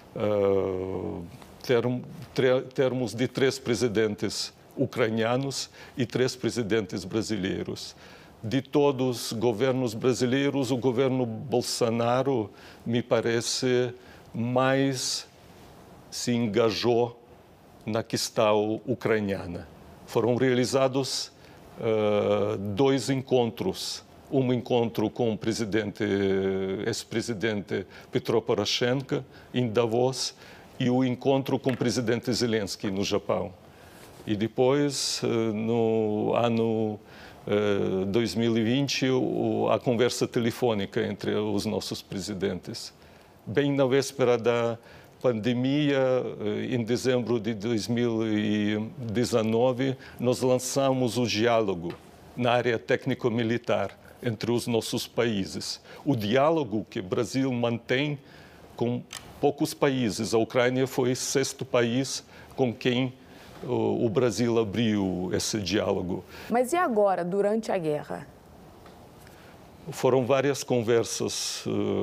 uh, term, tre, termos de três presidentes ucranianos e três presidentes brasileiros. De todos os governos brasileiros, o governo Bolsonaro, me parece, mais se engajou na questão ucraniana. Foram realizados uh, dois encontros. Um encontro com o presidente, ex-presidente Petro Poroshenko, em Davos, e o encontro com o presidente Zelensky, no Japão. E depois, uh, no ano Uh, dois mil e vinte, o, a conversa telefônica entre os nossos presidentes. Bem na véspera da pandemia, uh, em dezembro de dois mil e dezenove, nós lançamos o diálogo na área técnico-militar entre os nossos países. O diálogo que o Brasil mantém com poucos países. A Ucrânia foi o sexto país com quem o Brasil abriu esse diálogo. Mas e agora, durante a guerra? Foram várias conversas,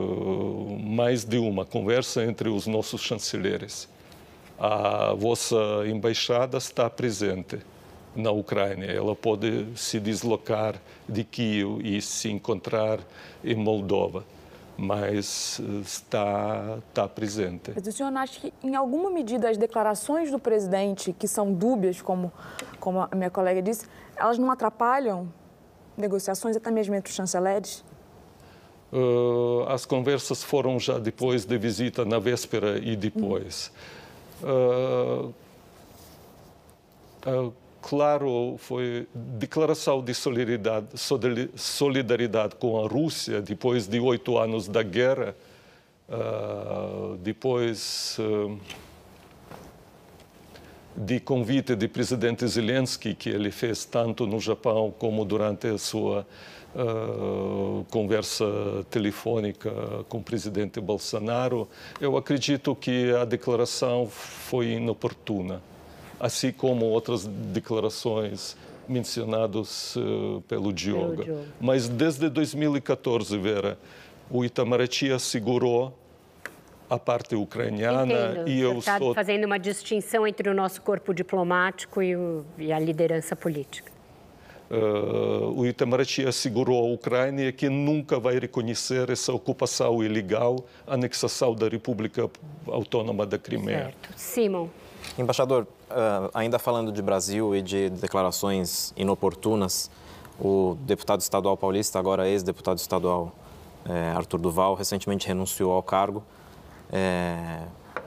mais de uma conversa entre os nossos chanceleres. A vossa embaixada está presente na Ucrânia. Ela pode se deslocar de Kiev e se encontrar em Moldova, mas está, está presente. Mas o senhor acha que, em alguma medida, as declarações do presidente, que são dúbias, como, como a minha colega disse, elas não atrapalham negociações, até mesmo entre os chanceleres? Uh, as conversas foram já depois da visita, na véspera e depois. Uhum. Uh, uh, Claro, foi declaração de solidariedade, solidariedade com a Rússia depois de oito anos da guerra, uh, depois uh, de convite do presidente Zelensky, que ele fez tanto no Japão como durante a sua uh, conversa telefônica com o presidente Bolsonaro. Eu acredito que a declaração foi inoportuna, assim como outras declarações mencionadas uh, pelo Diogo. pelo Diogo. Mas desde dois mil e quatorze, Vera, o Itamaraty assegurou a parte ucraniana. Entendo. E eu está sou... fazendo uma distinção entre o nosso corpo diplomático e, o, e a liderança política. Uh, o Itamaraty assegurou à Ucrânia que nunca vai reconhecer essa ocupação ilegal, anexação da República Autônoma da Crimeia. Certo. Simon. Embaixador, uh, ainda falando de Brasil e de declarações inoportunas, o deputado estadual paulista, agora ex-deputado estadual é, Arthur Duval, recentemente renunciou ao cargo. É,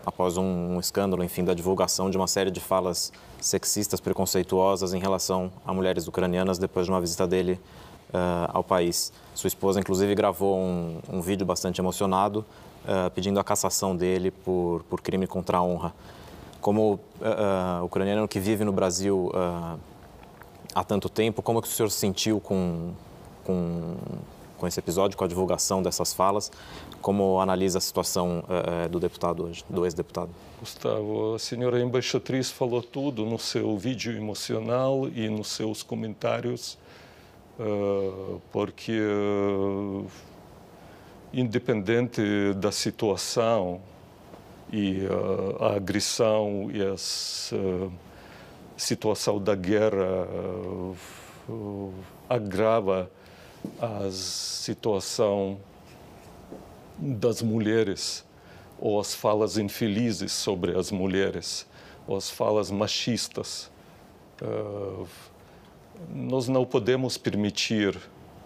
após um, um escândalo, enfim, da divulgação de uma série de falas sexistas, preconceituosas em relação a mulheres ucranianas depois de uma visita dele uh, ao país. Sua esposa, inclusive, gravou um, um vídeo bastante emocionado, uh, pedindo a cassação dele por, por crime contra a honra. Como uh, uh, ucraniano que vive no Brasil uh, há tanto tempo, como que o senhor se sentiu com, com, com esse episódio, com a divulgação dessas falas? Como analisa a situação uh, do deputado hoje, do ex-deputado? Gustavo, a senhora embaixatriz falou tudo no seu vídeo emocional e nos seus comentários, uh, porque, uh, independente da situação e uh, a agressão e a uh, situação da guerra uh, uh, agrava a situação das mulheres, ou as falas infelizes sobre as mulheres, ou as falas machistas. Uh, nós não podemos permitir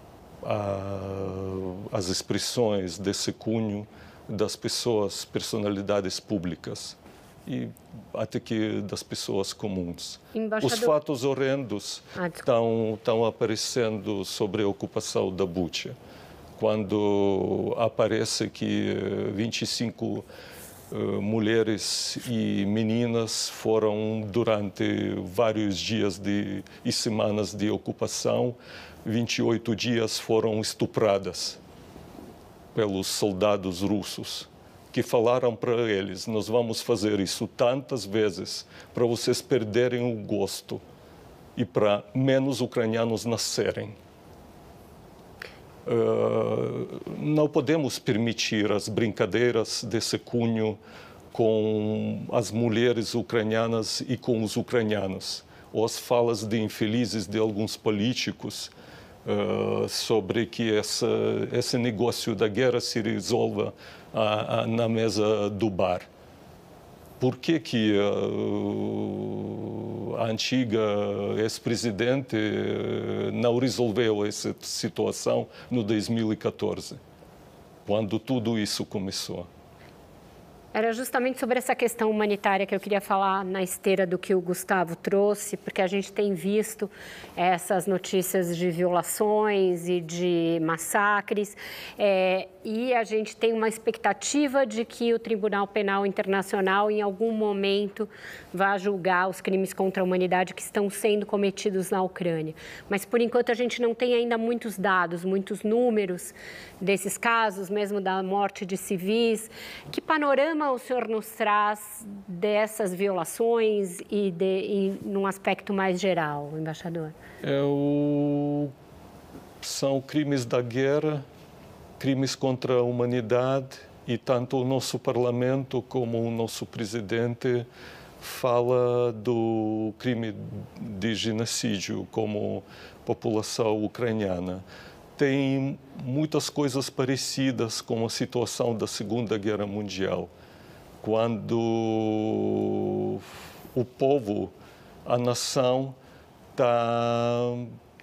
uh, as expressões desse cunho das pessoas, personalidades públicas e até que das pessoas comuns. Embaixador... Os fatos horrendos ah, estão, estão aparecendo sobre a ocupação da Bucha. Quando aparece que vinte e cinco uh, mulheres e meninas foram, durante vários dias de, e semanas de ocupação, vinte e oito dias foram estupradas pelos soldados russos, que falaram para eles: nós vamos fazer isso tantas vezes para vocês perderem o gosto e para menos ucranianos nascerem. Uh, não podemos permitir as brincadeiras desse cunho com as mulheres ucranianas e com os ucranianos, ou as falas de infelizes de alguns políticos uh, sobre que essa, esse negócio da guerra se resolva uh, uh, na mesa do bar. Por que que uh, a antiga ex-presidente não resolveu essa situação no dois mil e quatorze, quando tudo isso começou? Era justamente sobre essa questão humanitária que eu queria falar, na esteira do que o Gustavo trouxe, porque a gente tem visto essas notícias de violações e de massacres, é, e a gente tem uma expectativa de que o Tribunal Penal Internacional, em algum momento, vá julgar os crimes contra a humanidade que estão sendo cometidos na Ucrânia. Mas, por enquanto, a gente não tem ainda muitos dados, muitos números desses casos, mesmo da morte de civis. Que panorama o senhor nos traz dessas violações e, de, e num aspecto mais geral, embaixador? É o... São crimes da guerra, crimes contra a humanidade, e tanto o nosso parlamento como o nosso presidente fala do crime de genocídio como população ucraniana. Tem muitas coisas parecidas com a situação da Segunda Guerra Mundial, quando o povo, a nação, está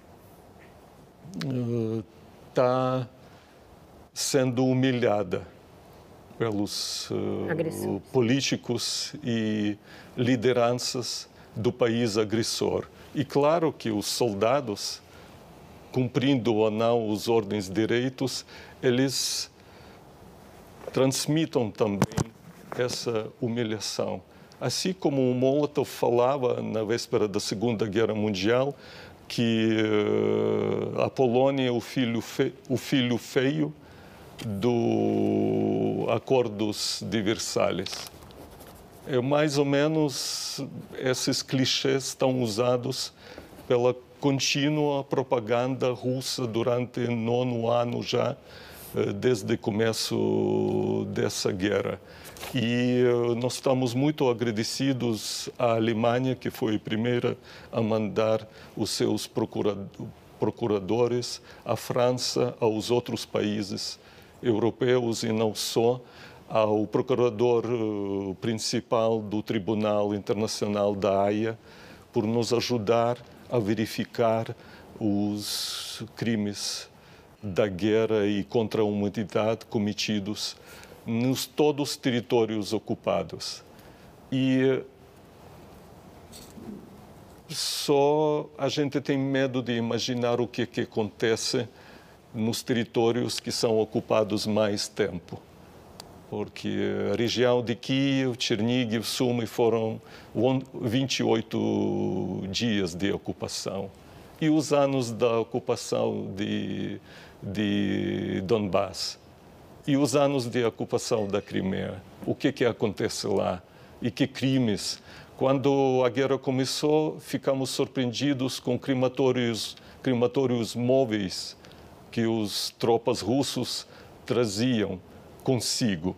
tá sendo humilhada pelos uh, políticos e lideranças do país agressor. E claro que os soldados, cumprindo ou não os ordens de direitos, eles transmitem também essa humilhação. Assim como o Molotov falava na véspera da Segunda Guerra Mundial, que uh, a Polônia é o filho, fe... o filho feio do Acordos de Versalhes. É mais ou menos esses clichês estão usados pela contínua propaganda russa durante nono ano já, desde o começo dessa guerra. E nós estamos muito agradecidos à Alemanha, que foi a primeira a mandar os seus procuradores, à França, aos outros países europeus e não só, ao procurador principal do Tribunal Internacional da Haia, por nos ajudar a verificar os crimes da guerra e contra a humanidade cometidos nos todos os territórios ocupados. E só a gente tem medo de imaginar o que, que acontece nos territórios que são ocupados mais tempo. Porque a região de Kiev, Chernigiv, Sumy foram vinte e oito dias de ocupação. E os anos da ocupação de, de Donbass. E os anos de ocupação da Crimeia. O que, que acontece lá? E que crimes? Quando a guerra começou, ficamos surpreendidos com crematórios, crematórios móveis que os tropas russos traziam consigo.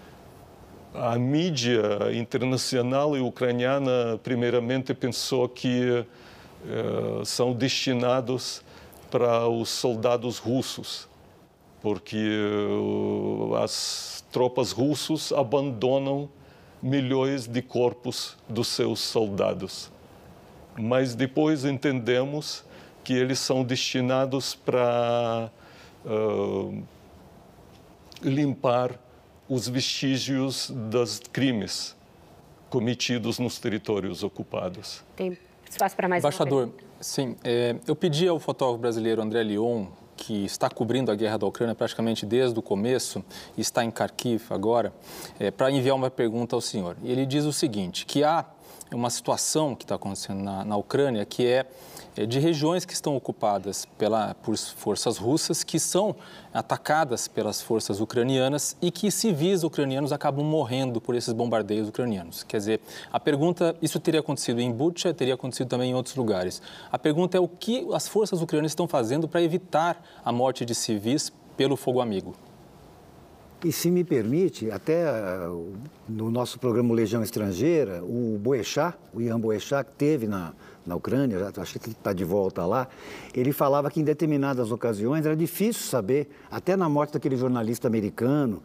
A mídia internacional e ucraniana, primeiramente, pensou que uh, são destinados para os soldados russos, porque uh, as tropas russas abandonam milhões de corpos dos seus soldados. Mas depois entendemos que eles são destinados para uh, limpar os vestígios dos crimes cometidos nos territórios ocupados. Tem espaço para mais Embaixador, sim, é, eu pedi ao fotógrafo brasileiro André Lyon, que está cobrindo a guerra da Ucrânia praticamente desde o começo e está em Kharkiv agora, é, para enviar uma pergunta ao senhor. E ele diz o seguinte, que há uma situação que está acontecendo na, na Ucrânia que é, é de regiões que estão ocupadas pela, por forças russas, que são atacadas pelas forças ucranianas e que civis ucranianos acabam morrendo por esses bombardeios ucranianos. Quer dizer, a pergunta, isso teria acontecido em Bucha, teria acontecido também em outros lugares. A pergunta é o que as forças ucranianas estão fazendo para evitar a morte de civis pelo fogo amigo? E se me permite, até uh, no nosso programa Legião Estrangeira, o Boechat, o Ian Boechat, que esteve na, na Ucrânia, já, acho que ele está de volta lá, ele falava que em determinadas ocasiões era difícil saber, até na morte daquele jornalista americano,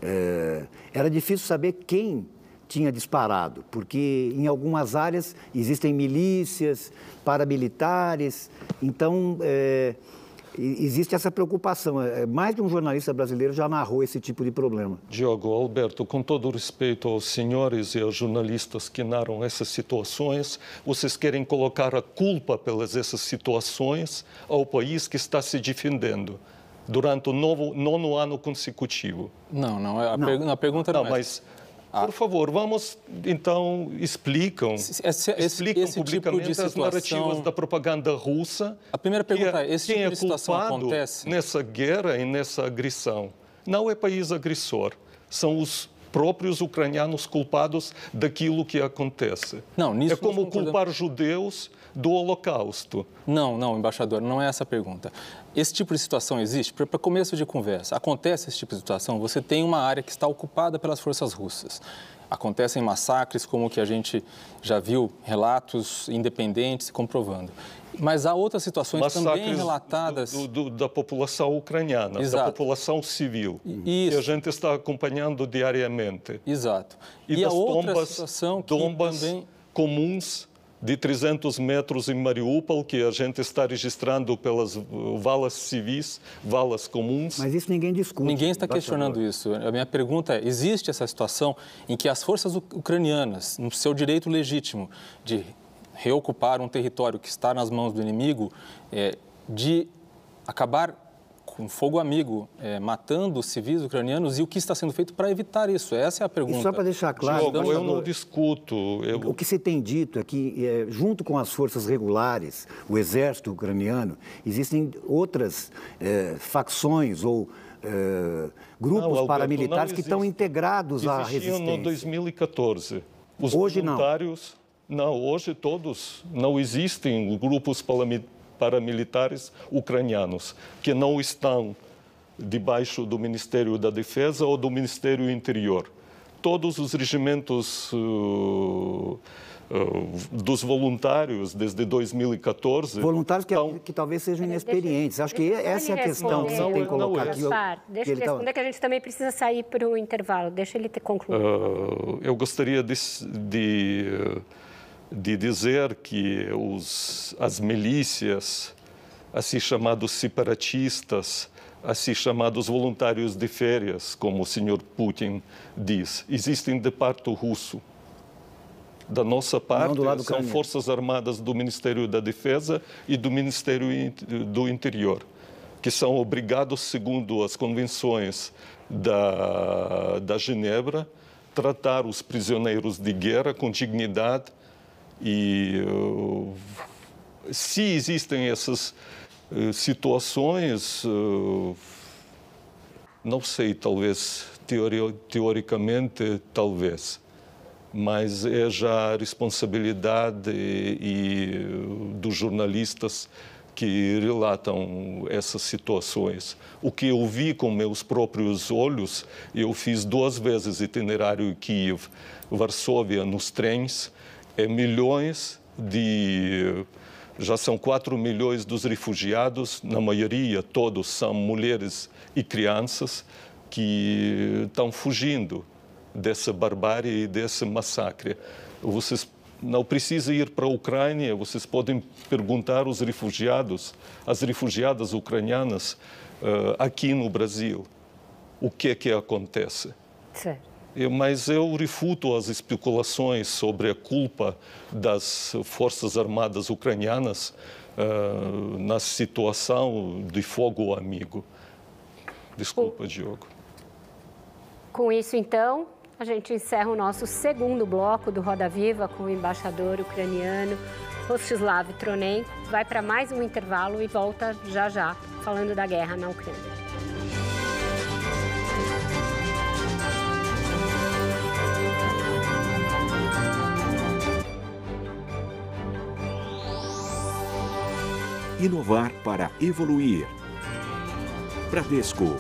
eh, era difícil saber quem tinha disparado, porque em algumas áreas existem milícias, paramilitares, então... Eh, existe essa preocupação. Mais de um jornalista brasileiro já narrou esse tipo de problema. Diogo, Alberto, com todo respeito aos senhores e aos jornalistas que narram essas situações, vocês querem colocar a culpa pelas essas situações ao país que está se defendendo durante o novo, nono ano consecutivo? Não, não. A, não. Per, a pergunta não, não é... mas... Por favor, vamos, então, explicam, esse, esse, explicam esse publicamente tipo de as narrativas da propaganda russa. A primeira pergunta é, é, esse tipo é de situação acontece? Nessa guerra e nessa agressão não é país agressor, são os próprios ucranianos culpados daquilo que acontece. Não, nisso é como culpar judeus do Holocausto. Não, não, embaixador, não é essa a pergunta. Esse tipo de situação existe? Para começo de conversa, acontece esse tipo de situação, você tem uma área que está ocupada pelas forças russas. Acontecem massacres como o que a gente já viu, relatos independentes comprovando. Mas há outras situações massacres também relatadas... Do, do, da população ucraniana, Exato. Da população civil, Isso. que a gente está acompanhando diariamente. Exato. E, e das a outra tombas, situação que tombas também... comuns de trezentos metros em Mariupol, que a gente está registrando pelas valas civis, valas comuns. Mas isso ninguém discute. Ninguém está questionando isso. A minha pergunta é, existe essa situação em que as forças ucranianas, no seu direito legítimo de reocupar um território que está nas mãos do inimigo, é, de acabar com fogo amigo, é, matando civis ucranianos, e o que está sendo feito para evitar isso? Essa é a pergunta. E só para deixar claro... Diogo, eu não discuto. Eu... O que se tem dito é que, é, junto com as forças regulares, o exército ucraniano, existem outras é, facções ou é, grupos não, Alberto, paramilitares que estão integrados à resistência. Existiam no dois mil e catorze. Os hoje voluntários, não. Não, hoje todos não existem grupos paramilitares paramilitares ucranianos, que não estão debaixo do Ministério da Defesa ou do Ministério Interior. Todos os regimentos uh, uh, dos voluntários, desde dois mil e catorze... Voluntários que, estão... que talvez sejam inexperientes. Acho que essa é a questão que você tem que colocar aqui. Deixa ele responder, que a gente também precisa sair para o intervalo. Deixa ele ter concluído. Uh, eu gostaria de... de de dizer que os, as milícias, assim chamados separatistas, assim chamados voluntários de férias, como o senhor Putin diz, existem de parte russo. Da nossa parte, são forças armadas do Ministério da Defesa e do Ministério do Interior, que são obrigados, segundo as convenções da, da Genebra, tratar os prisioneiros de guerra com dignidade e, uh, se existem essas uh, situações, uh, não sei, talvez, teori teoricamente, talvez, mas é já a responsabilidade e, e, dos jornalistas que relatam essas situações. O que eu vi com meus próprios olhos, eu fiz duas vezes itinerário Kiev, Varsóvia, nos trens, é milhões de... Já são quatro milhões dos refugiados, na maioria, todos são mulheres e crianças que estão fugindo dessa barbárie e desse massacre. Vocês não precisam ir para a Ucrânia, vocês podem perguntar aos refugiados, às refugiadas ucranianas uh, aqui no Brasil, o que é que acontece. Certo. Mas eu refuto as especulações sobre a culpa das Forças Armadas ucranianas uh, na situação de fogo amigo. Desculpa, o... Diogo. Com isso, então, a gente encerra o nosso segundo bloco do Roda Viva com o embaixador ucraniano Rostislav Tronenko. Vai para mais um intervalo e volta já já, falando da guerra na Ucrânia. Inovar para evoluir. Bradesco.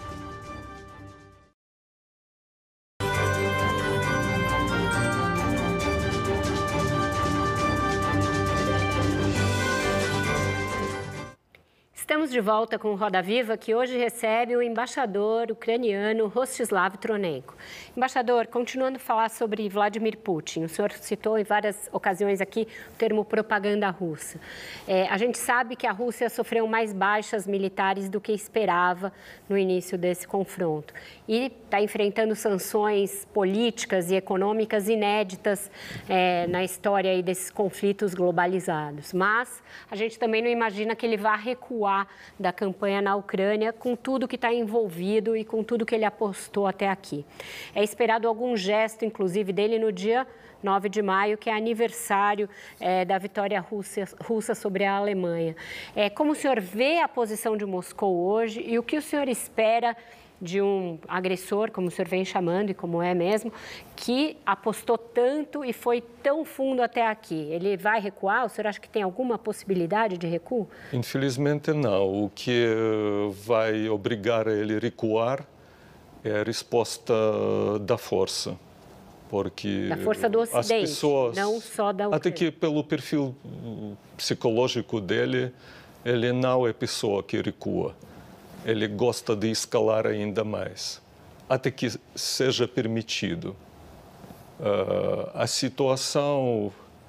Estamos de volta com o Roda Viva, que hoje recebe o embaixador ucraniano Rostislav Tronenko. Embaixador, continuando a falar sobre Vladimir Putin, o senhor citou em várias ocasiões aqui o termo propaganda russa. É, a gente sabe que a Rússia sofreu mais baixas militares do que esperava no início desse confronto e está enfrentando sanções políticas e econômicas inéditas é, na história aí desses conflitos globalizados. Mas a gente também não imagina que ele vá recuar da campanha na Ucrânia com tudo que está envolvido e com tudo que ele apostou até aqui. É esperado algum gesto, inclusive, dele no dia nove de maio, que é aniversário é, da vitória russa, russa sobre a Alemanha. É, como o senhor vê a posição de Moscou hoje e o que o senhor espera de um agressor, como o senhor vem chamando e como é mesmo, que apostou tanto e foi tão fundo até aqui? Ele vai recuar? O senhor acha que tem alguma possibilidade de recuo? Infelizmente não. O que vai obrigar ele a recuar é a resposta da força. Porque da força do Ocidente, as pessoas, não só da Ucrânia. Até que pelo perfil psicológico dele, ele não é pessoa que recua. Ele gosta de escalar ainda mais, até que seja permitido. Uh, a situação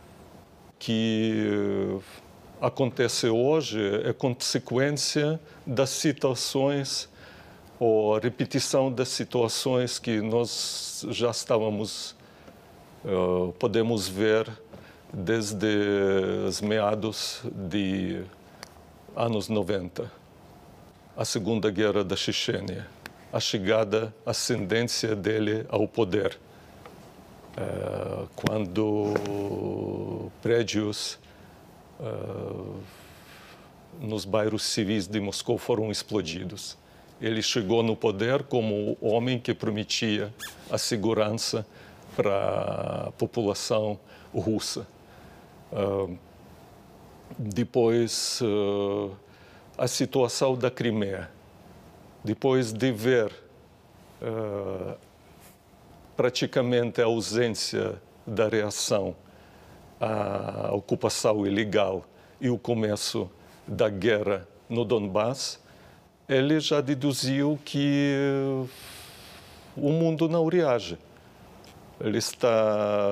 que acontece hoje é consequência das situações ou repetição das situações que nós já estávamos, uh, podemos ver desde os meados de anos noventa. A Segunda Guerra da Chechênia, a chegada, a ascendência dele ao poder, uh, quando prédios uh, nos bairros civis de Moscou foram explodidos. Ele chegou no poder como o homem que prometia a segurança para a população russa. Uh, depois, uh, a situação da Crimeia, depois de ver uh, praticamente a ausência da reação à ocupação ilegal e o começo da guerra no Donbass, ele já deduziu que o mundo não reage. Ele está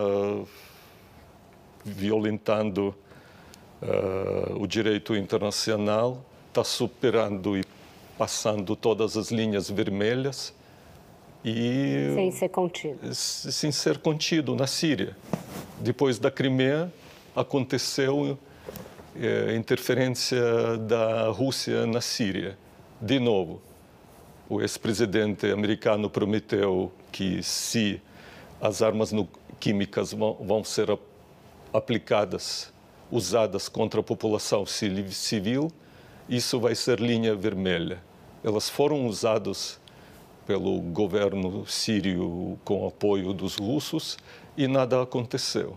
violentando uh, o direito internacional, está superando passando todas as linhas vermelhas e... Sem ser contido. Sem ser contido na Síria. Depois da Crimeia, aconteceu a interferência da Rússia na Síria. De novo, o ex-presidente americano prometeu que se as armas químicas vão, vão ser aplicadas, usadas contra a população civil, isso vai ser linha vermelha. Elas foram usadas pelo governo sírio com apoio dos russos e nada aconteceu.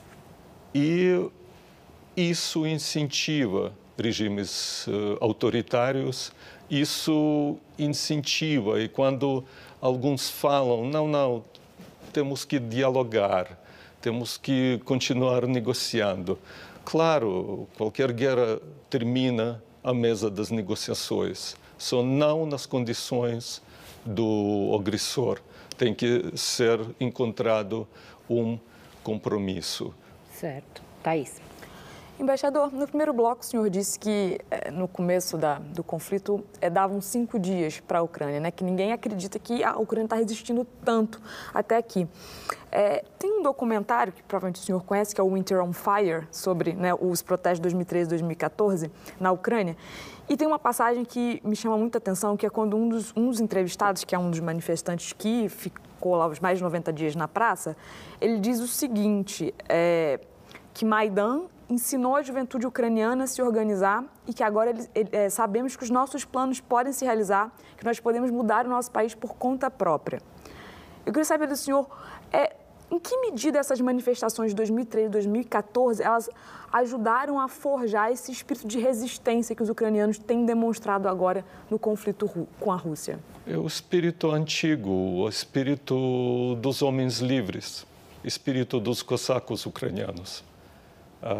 E isso incentiva regimes uh, autoritários, isso incentiva. E quando alguns falam, não, não, temos que dialogar, temos que continuar negociando. Claro, qualquer guerra termina à mesa das negociações, só não nas condições do agressor. Tem que ser encontrado um compromisso. Certo. Thaís. Embaixador, no primeiro bloco o senhor disse que no começo da, do conflito é, davam cinco dias para a Ucrânia, né? Que ninguém acredita que a Ucrânia está resistindo tanto até aqui. É, tem um documentário que provavelmente o senhor conhece, que é o Winter on Fire, sobre, né, os protestos de dois mil e treze e dois mil e quatorze na Ucrânia. E tem uma passagem que me chama muita atenção, que é quando um dos, um dos entrevistados, que é um dos manifestantes que ficou lá os mais de noventa dias na praça, ele diz o seguinte, é, que Maidan ensinou a juventude ucraniana a se organizar e que agora ele, ele, é, sabemos que os nossos planos podem se realizar, que nós podemos mudar o nosso país por conta própria. Eu queria saber do senhor, é, em que medida essas manifestações de dois mil e treze e dois mil e quatorze, elas ajudaram a forjar esse espírito de resistência que os ucranianos têm demonstrado agora no conflito com a Rússia? É o espírito antigo, o espírito dos homens livres, o espírito dos cossacos ucranianos. Uh,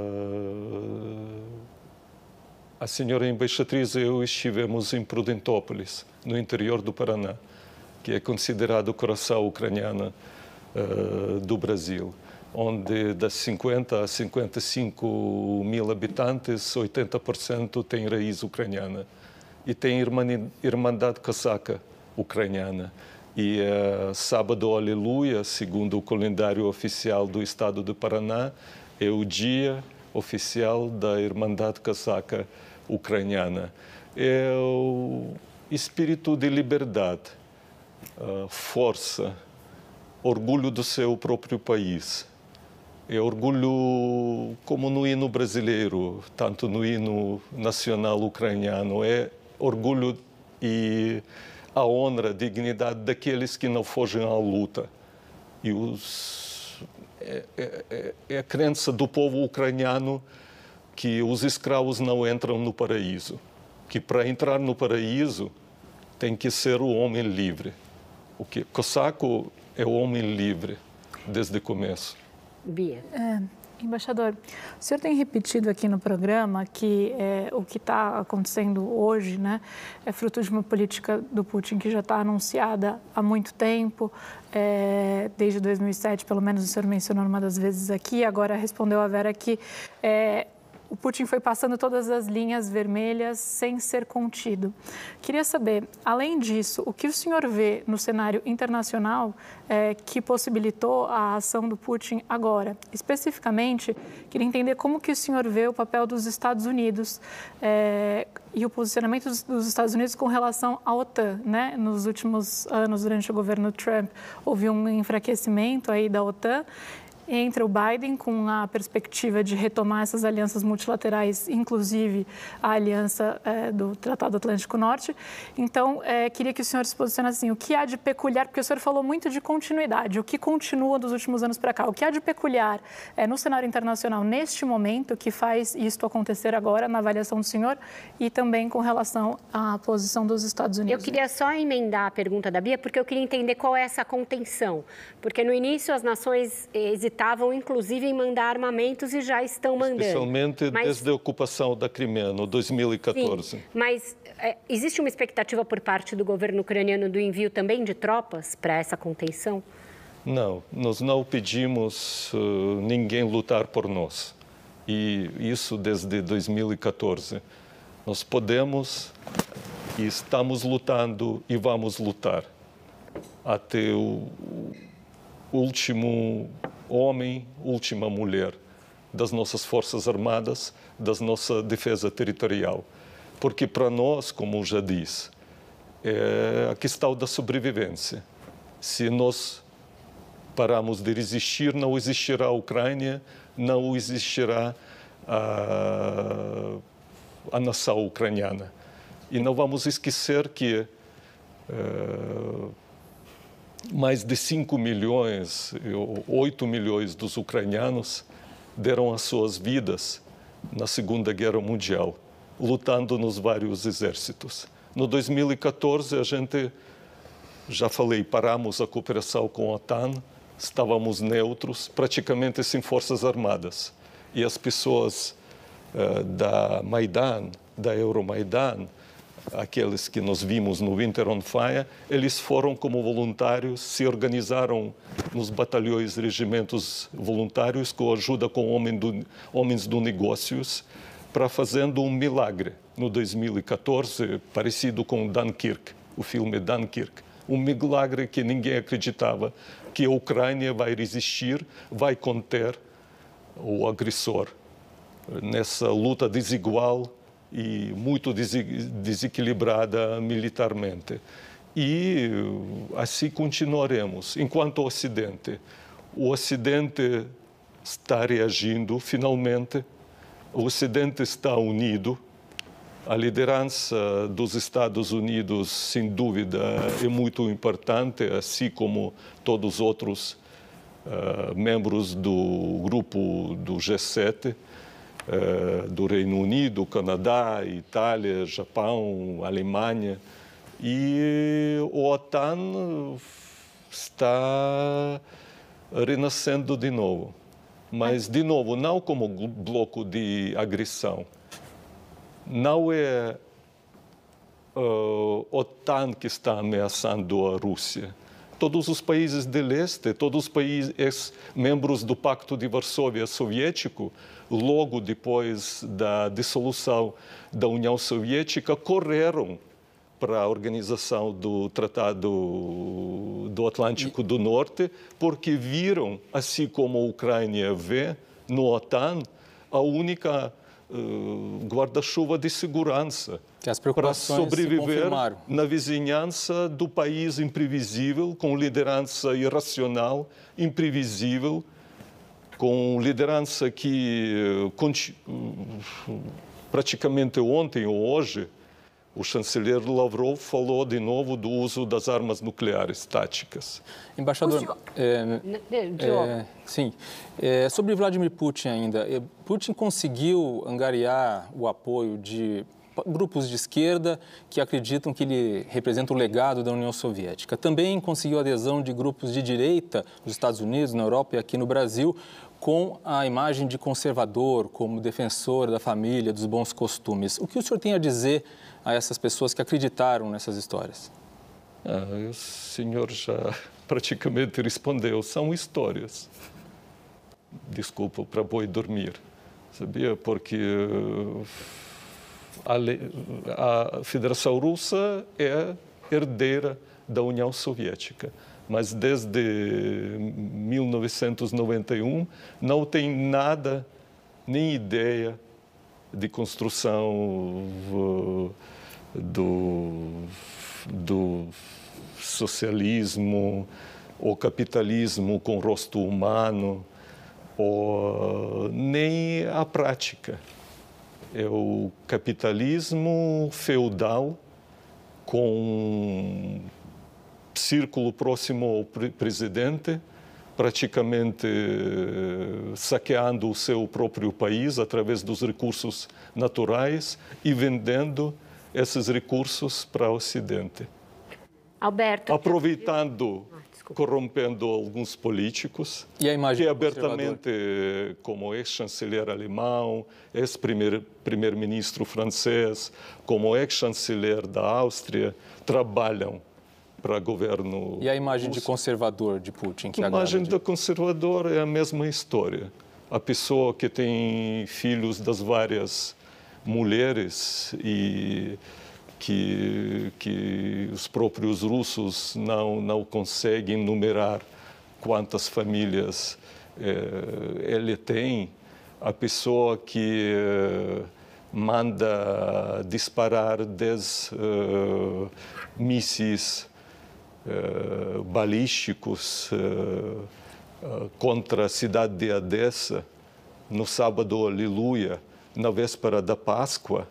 a senhora embaixatriz e eu estivemos em Prudentópolis, no interior do Paraná, que é considerado o coração ucraniano uh, do Brasil, onde das cinquenta a cinquenta e cinco mil habitantes, oitenta por cento tem raiz ucraniana e tem Irmandade Cosaca ucraniana. E uh, sábado, aleluia, segundo o calendário oficial do estado do Paraná, é o dia oficial da Irmandade Cosaca ucraniana. É o espírito de liberdade, força, orgulho do seu próprio país. É orgulho como no hino brasileiro, tanto no hino nacional ucraniano. É orgulho e a honra, a dignidade daqueles que não fogem à luta. E os É, é, é a crença do povo ucraniano que os escravos não entram no paraíso, que para entrar no paraíso tem que ser o homem livre. O que cosaco é o homem livre desde o começo. Bia. É, embaixador, o senhor tem repetido aqui no programa que é, o que está acontecendo hoje, né, é fruto de uma política do Putin que já está anunciada há muito tempo, é, desde dois mil e sete, pelo menos o senhor mencionou uma das vezes aqui, agora respondeu a Vera que é, o Putin foi passando todas as linhas vermelhas sem ser contido. Queria saber, além disso, o que o senhor vê no cenário internacional é, que possibilitou a ação do Putin agora? Especificamente, queria entender como que o senhor vê o papel dos Estados Unidos é, e o posicionamento dos, dos Estados Unidos com relação à OTAN, né? Nos últimos anos, durante o governo Trump, houve um enfraquecimento aí da OTAN. Entra o Biden com a perspectiva de retomar essas alianças multilaterais, inclusive a aliança é, do Tratado Atlântico Norte. Então, é, queria que o senhor se posicionasse assim, o que há de peculiar, porque o senhor falou muito de continuidade, o que continua dos últimos anos para cá, o que há de peculiar é, no cenário internacional neste momento que faz isto acontecer agora, na avaliação do senhor, e também com relação à posição dos Estados Unidos. Eu queria só emendar a pergunta da Bia, porque eu queria entender qual é essa contenção, porque no início as nações hesitavam estavam, inclusive, em mandar armamentos e já estão mandando. Especialmente mas... desde a ocupação da Crimeia, no dois mil e quatorze. Sim, mas é, existe uma expectativa por parte do governo ucraniano do envio também de tropas para essa contenção? Não, nós não pedimos uh, ninguém lutar por nós. E isso desde dois mil e quatorze. Nós podemos E estamos lutando e vamos lutar até o último homem, última mulher das nossas Forças Armadas, da nossa defesa territorial. Porque para nós, como já disse, é a questão da sobrevivência. Se nós pararmos de resistir, não existirá a Ucrânia, não existirá a, a nação ucraniana. E não vamos esquecer que uh, mais de cinco milhões, oito milhões dos ucranianos deram as suas vidas na Segunda Guerra Mundial, lutando nos vários exércitos. No dois mil e catorze, a gente, já falei, paramos a cooperação com a OTAN, estávamos neutros, praticamente sem forças armadas. E as pessoas uh, da Maidan, da Euromaidan, aqueles que nós vimos no Winter on Fire, eles foram como voluntários, se organizaram nos batalhões e regimentos voluntários com ajuda com homem do, homens do negócios para fazendo um milagre no dois mil e catorze, parecido com Dunkirk, o filme Dunkirk. Um milagre que ninguém acreditava que a Ucrânia vai resistir, vai conter o agressor nessa luta desigual e muito desequilibrada militarmente. E assim continuaremos. Enquanto o Ocidente, o Ocidente está reagindo, finalmente, o Ocidente está unido. A liderança dos Estados Unidos, sem dúvida, é muito importante, assim como todos os outros uh, membros do grupo do G sete, uh, do Reino Unido, Canadá, Itália, Japão, Alemanha. E a OTAN está renascendo de novo. Mas, de novo, não como bloco de agressão. Não é a uh, OTAN que está ameaçando a Rússia. Todos os países do leste, todos os países membros do Pacto de Varsóvia soviético, logo depois da dissolução da União Soviética, correram para a organização do Tratado do Atlântico do Norte, porque viram, assim como a Ucrânia vê no OTAN, a única Uh, guarda-chuva de segurança para sobreviver na vizinhança do país imprevisível, com liderança irracional, imprevisível, com liderança que uh, praticamente ontem ou hoje o chanceler Lavrov falou de novo do uso das armas nucleares táticas. Embaixador, é, é, sim, é, sobre Vladimir Putin ainda, Putin conseguiu angariar o apoio de grupos de esquerda que acreditam que ele representa o legado da União Soviética. Também conseguiu adesão de grupos de direita nos Estados Unidos, na Europa e aqui no Brasil, com a imagem de conservador, como defensor da família, dos bons costumes. O que o senhor tem a dizer a essas pessoas que acreditaram nessas histórias? Ah, o senhor já praticamente respondeu. São histórias. Desculpa, para boi dormir. Sabia? Porque a, a Federação Russa é herdeira da União Soviética. Mas desde mil novecentos e noventa e um não tem nada, nem ideia de construção do, do socialismo ou capitalismo com rosto humano, ou nem a prática. É o capitalismo feudal com círculo próximo ao presidente, praticamente saqueando o seu próprio país através dos recursos naturais e vendendo esses recursos para o Ocidente. Alberto. Aproveitando, ah, corrompendo alguns políticos, e a imagem que abertamente, como ex-chanceler alemão, ex-primeiro-ministro francês, como ex-chanceler da Áustria, trabalham para governo. E a imagem russo. De conservador de Putin? Que a imagem de conservador é a mesma história. A pessoa que tem filhos das várias mulheres e que, que os próprios russos não, não conseguem numerar quantas famílias eh, ele tem. A pessoa que eh, manda disparar dez uh, mísseis uh, balísticos uh, uh, contra a cidade de Odessa no sábado, aleluia, na véspera da Páscoa.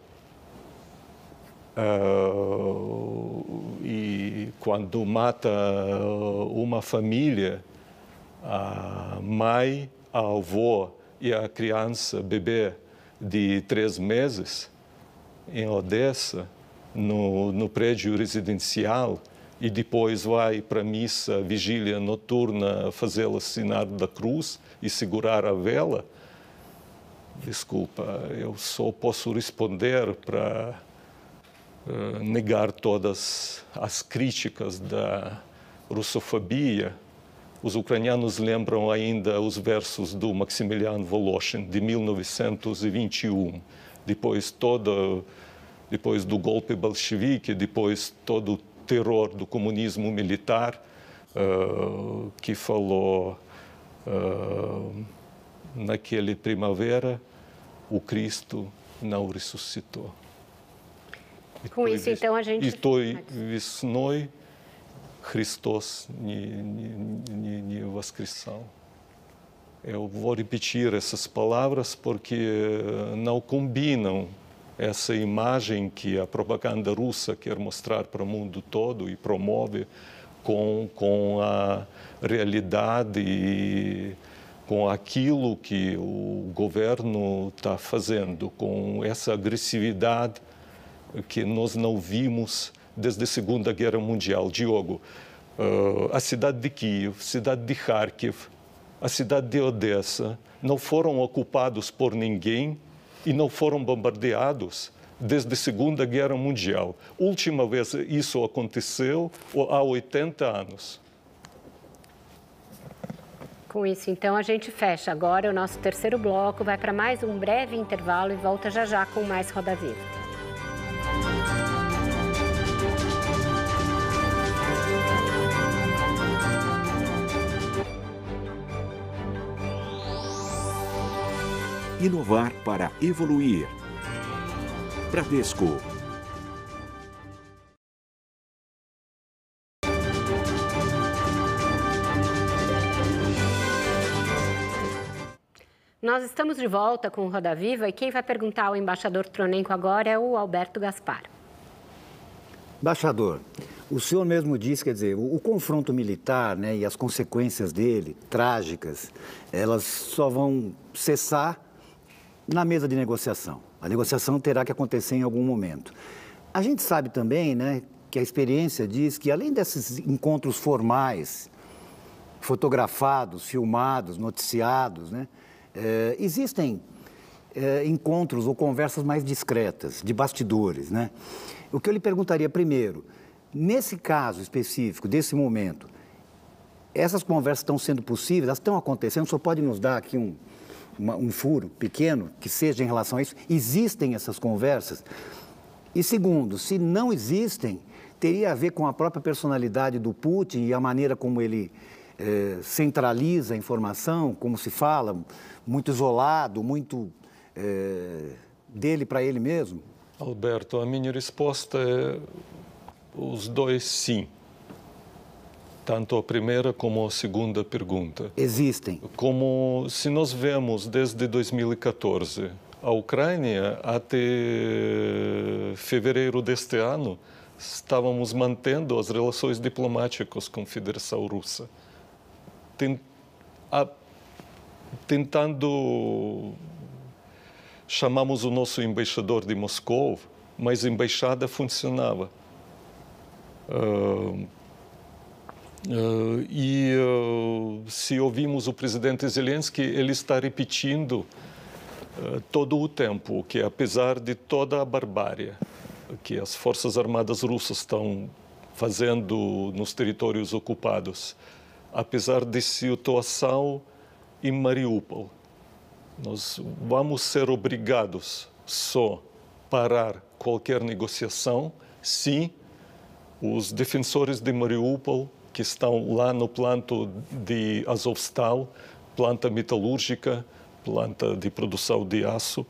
Uh, e quando mata uma família, a mãe, a avó e a criança, bebê, de três meses, em Odessa, no, no prédio residencial, e depois vai para a missa, vigília noturna, fazer o sinal da cruz e segurar a vela. Desculpa, eu só posso responder para uh, negar todas as críticas da russofobia. Os ucranianos lembram ainda os versos do Maximilian Voloshin, de mil novecentos e vinte e um. Depois, todo, depois do golpe bolchevique, depois todo o terror do comunismo militar, uh, que falou, uh, naquele primavera, o Cristo não ressuscitou. Com isso, então, a gente... E той весной Христос не, не, не воскресал. Eu vou repetir essas palavras porque não combinam essa imagem que a propaganda russa quer mostrar para o mundo todo e promove com, com a realidade e com aquilo que o governo está fazendo, com essa agressividade que nós não vimos desde a Segunda Guerra Mundial. Diogo, uh, a cidade de Kiev, a cidade de Kharkiv, a cidade de Odessa não foram ocupados por ninguém e não foram bombardeados desde a Segunda Guerra Mundial. Última vez isso aconteceu há oitenta anos. Com isso, então, a gente fecha agora o nosso terceiro bloco, vai para mais um breve intervalo e volta já já com mais Roda Viva. Inovar para evoluir. Bradesco. Nós estamos de volta com o Roda Viva e quem vai perguntar ao embaixador Tronenko agora é o Alberto Gaspar. Embaixador, o senhor mesmo disse, quer dizer, o, o confronto militar, né, e as consequências dele, trágicas, elas só vão cessar na mesa de negociação. A negociação terá que acontecer em algum momento. A gente sabe também, né, que a experiência diz que, além desses encontros formais, fotografados, filmados, noticiados, né, é, existem é, encontros ou conversas mais discretas, de bastidores, né? O que eu lhe perguntaria primeiro, nesse caso específico, desse momento, essas conversas estão sendo possíveis, elas estão acontecendo, o senhor pode nos dar aqui um... Uma, um furo pequeno que seja em relação a isso? Existem essas conversas? E segundo, se não existem, teria a ver com a própria personalidade do Putin e a maneira como ele eh, centraliza a informação, como se fala, muito isolado, muito eh, dele para ele mesmo? Alberto, a minha resposta é os dois sim. Tanto a primeira como a segunda pergunta. Existem. Como se nós vemos desde dois mil e catorze, a Ucrânia até fevereiro deste ano estávamos mantendo as relações diplomáticas com a Federação Russa, tentando, chamamos o nosso embaixador de Moscou, mas a embaixada funcionava. Uh, Uh, e uh, se ouvimos o presidente Zelensky, ele está repetindo uh, todo o tempo que, apesar de toda a barbárie que as Forças Armadas russas estão fazendo nos territórios ocupados, apesar de situação em Mariupol, nós vamos ser obrigados só a parar qualquer negociação sim, os defensores de Mariupol, que estão lá no planto de Azovstal, planta metalúrgica, planta de produção de aço,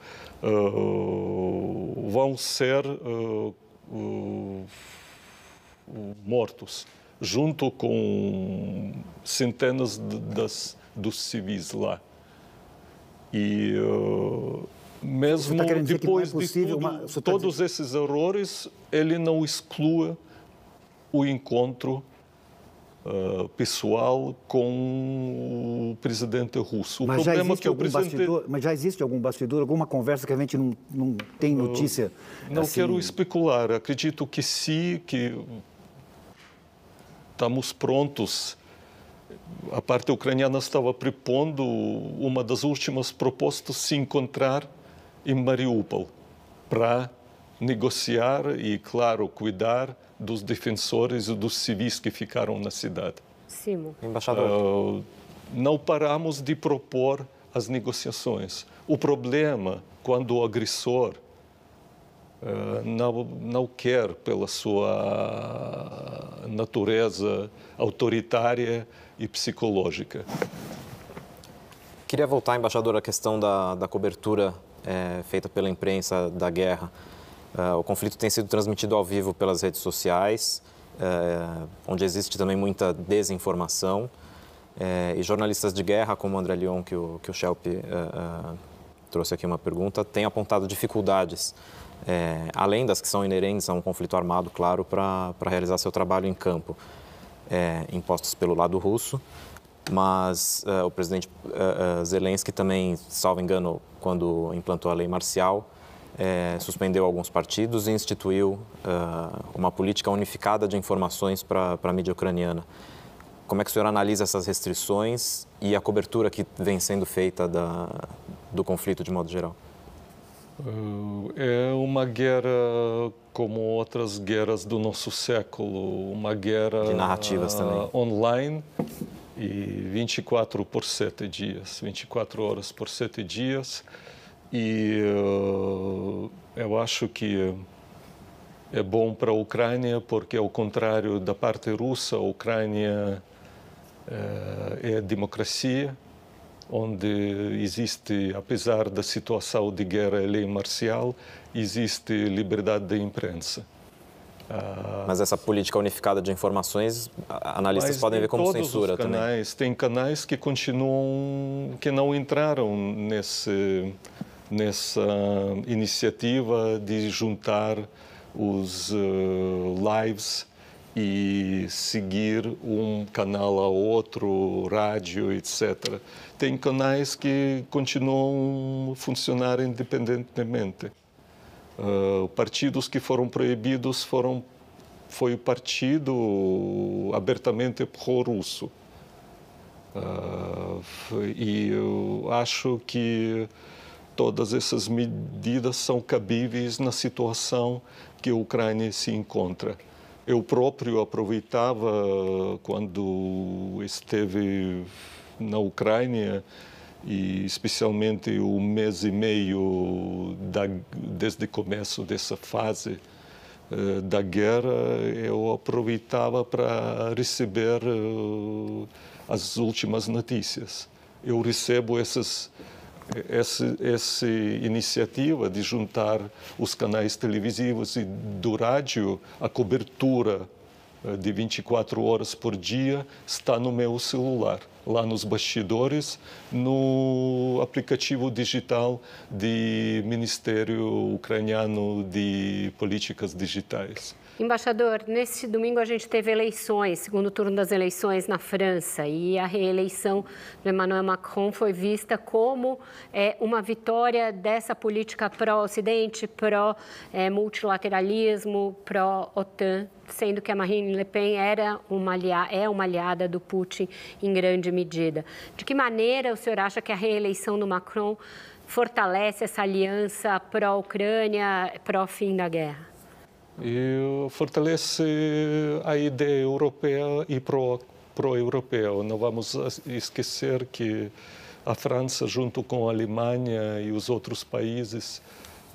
uh, vão ser uh, uh, mortos, junto com centenas de, das, dos civis lá. E uh, mesmo tá depois é de tudo, uma... tá todos dizendo... esses errores, ele não exclui o encontro uh, pessoal com o presidente russo. O mas, problema já existe que o algum presidente... bastidor, mas já existe algum bastidor, alguma conversa que a gente não, não tem notícia? Uh, não assim... quero especular. Acredito que sim, que estamos prontos. A parte ucraniana estava propondo uma das últimas propostas se encontrar em Mariupol para negociar e, claro, cuidar dos defensores e dos civis que ficaram na cidade. Sim. Embaixador. Uh, não paramos de propor as negociações. O problema, quando o agressor uh, não, não quer, pela sua natureza autoritária e psicológica. Queria voltar, embaixador, à questão da, da cobertura é, feita pela imprensa da guerra. Uh, o conflito tem sido transmitido ao vivo pelas redes sociais, uh, onde existe também muita desinformação. Uh, e jornalistas de guerra, como o André Lyon, que o, que o Schelp uh, uh, trouxe aqui uma pergunta, têm apontado dificuldades, uh, além das que são inerentes a um conflito armado, claro, para realizar seu trabalho em campo. É, impostos pelo lado russo, mas uh, o presidente uh, uh, Zelensky também, salvo engano, quando implantou a lei marcial, é, suspendeu alguns partidos e instituiu uh, uma política unificada de informações para a mídia ucraniana. Como é que o senhor analisa essas restrições e a cobertura que vem sendo feita da, do conflito de modo geral? É uma guerra como outras guerras do nosso século, uma guerra de narrativas também. Online e vinte e quatro por sete dias, vinte e quatro horas por sete dias. E uh, eu acho que é bom para a Ucrânia porque, ao contrário da parte russa, a Ucrânia uh, é democracia, onde existe, apesar da situação de guerra e lei marcial, existe liberdade de imprensa. Mas essa política unificada de informações, analistas Mas podem ver como todos censura os canais, também. Tem canais que continuam, que não entraram nesse, nessa iniciativa de juntar os uh, lives e seguir um canal a outro, rádio, etcétera. Tem canais que continuam a funcionar independentemente. Uh, partidos que foram proibidos foram, foi o partido abertamente pró-russo. Uh, e eu acho que todas essas medidas são cabíveis na situação que a Ucrânia se encontra. Eu próprio aproveitava, quando esteve na Ucrânia, e especialmente o mês e meio da, desde o começo dessa fase uh, da guerra, eu aproveitava para receber uh, as últimas notícias. Eu recebo essas Essa, essa iniciativa de juntar os canais televisivos e do rádio, a cobertura de vinte e quatro horas por dia está no meu celular, lá nos bastidores, no aplicativo digital do Ministério Ucraniano de Políticas Digitais. Embaixador, nesse domingo a gente teve eleições, segundo turno das eleições na França, e a reeleição do Emmanuel Macron foi vista como é, uma vitória dessa política pró-Ocidente, pró-multilateralismo, é, pró-OTAN, sendo que a Marine Le Pen era uma aliada, é uma aliada do Putin em grande medida. De que maneira o senhor acha que a reeleição do Macron fortalece essa aliança pró-Ucrânia, pró-fim da guerra? E fortalece a ideia europeia e pró-europeia. Não vamos esquecer que a França, junto com a Alemanha e os outros países,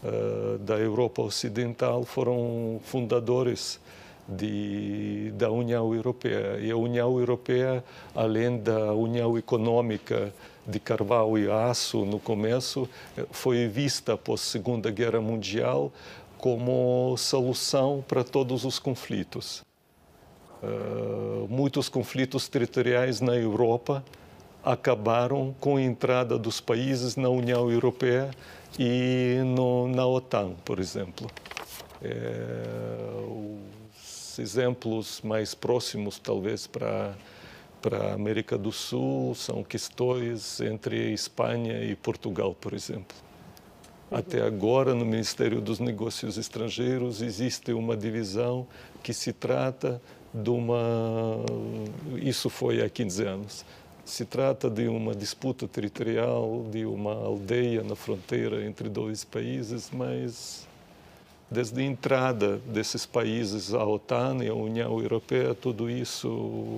uh, da Europa Ocidental foram fundadores de, da União Europeia. E a União Europeia, além da União Econômica de carvão e aço no começo, foi vista após a Segunda Guerra Mundial como solução para todos os conflitos. Uh, muitos conflitos territoriais na Europa acabaram com a entrada dos países na União Europeia e no, na OTAN, por exemplo. É, os exemplos mais próximos, talvez, para para a América do Sul são questões entre Espanha e Portugal, por exemplo. Até agora, no Ministério dos Negócios Estrangeiros, existe uma divisão que se trata de uma... Isso foi há quinze anos. Se trata de uma disputa territorial, de uma aldeia na fronteira entre dois países, mas desde a entrada desses países à OTAN e à União Europeia, tudo isso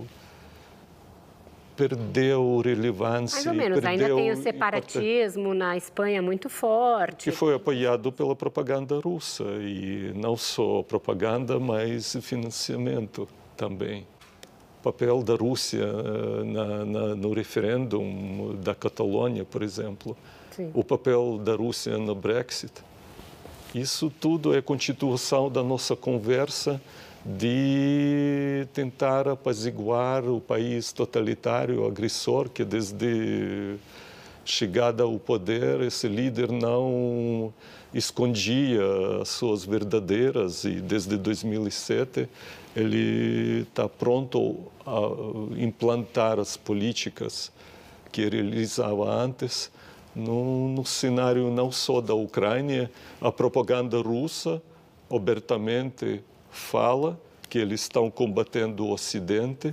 perdeu relevância. Mais ou menos, ainda tem o separatismo na Espanha muito forte. Que foi apoiado pela propaganda russa, e não só propaganda, mas financiamento também. O papel da Rússia na, na, no referêndum da Catalônia, por exemplo. Sim. O papel da Rússia no Brexit. Isso tudo é continuação da nossa conversa de tentar apaziguar o país totalitário, agressor, que desde chegada ao poder, esse líder não escondia as suas verdadeiras, e desde dois mil e sete ele está pronto a implantar as políticas que ele realizava antes no, no cenário não só da Ucrânia. A propaganda russa abertamente fala que eles estão combatendo o Ocidente,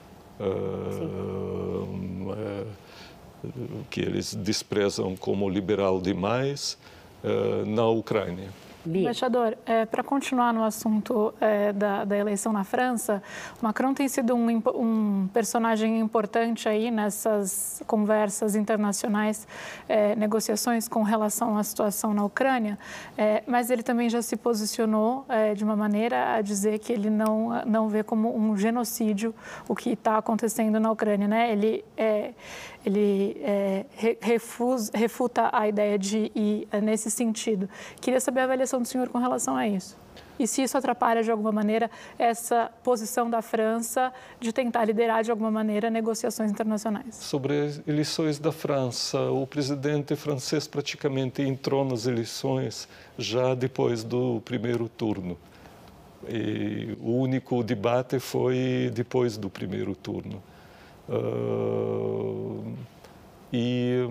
uh, uh, que eles desprezam como liberal demais uh, na Ucrânia. Embaixador, é, para continuar no assunto é, da, da eleição na França, Macron tem sido um, um personagem importante aí nessas conversas internacionais, é, negociações com relação à situação na Ucrânia, é, mas ele também já se posicionou é, de uma maneira a dizer que ele não, não vê como um genocídio o que está acontecendo na Ucrânia, né? Ele, é, ele é, refusa, refuta a ideia de ir é, nesse sentido. Queria saber a avaliação do senhor com relação a isso. E se isso atrapalha, de alguma maneira, essa posição da França de tentar liderar, de alguma maneira, negociações internacionais. Sobre as eleições da França, o presidente francês praticamente entrou nas eleições já depois do primeiro turno. E o único debate foi depois do primeiro turno. Uh, e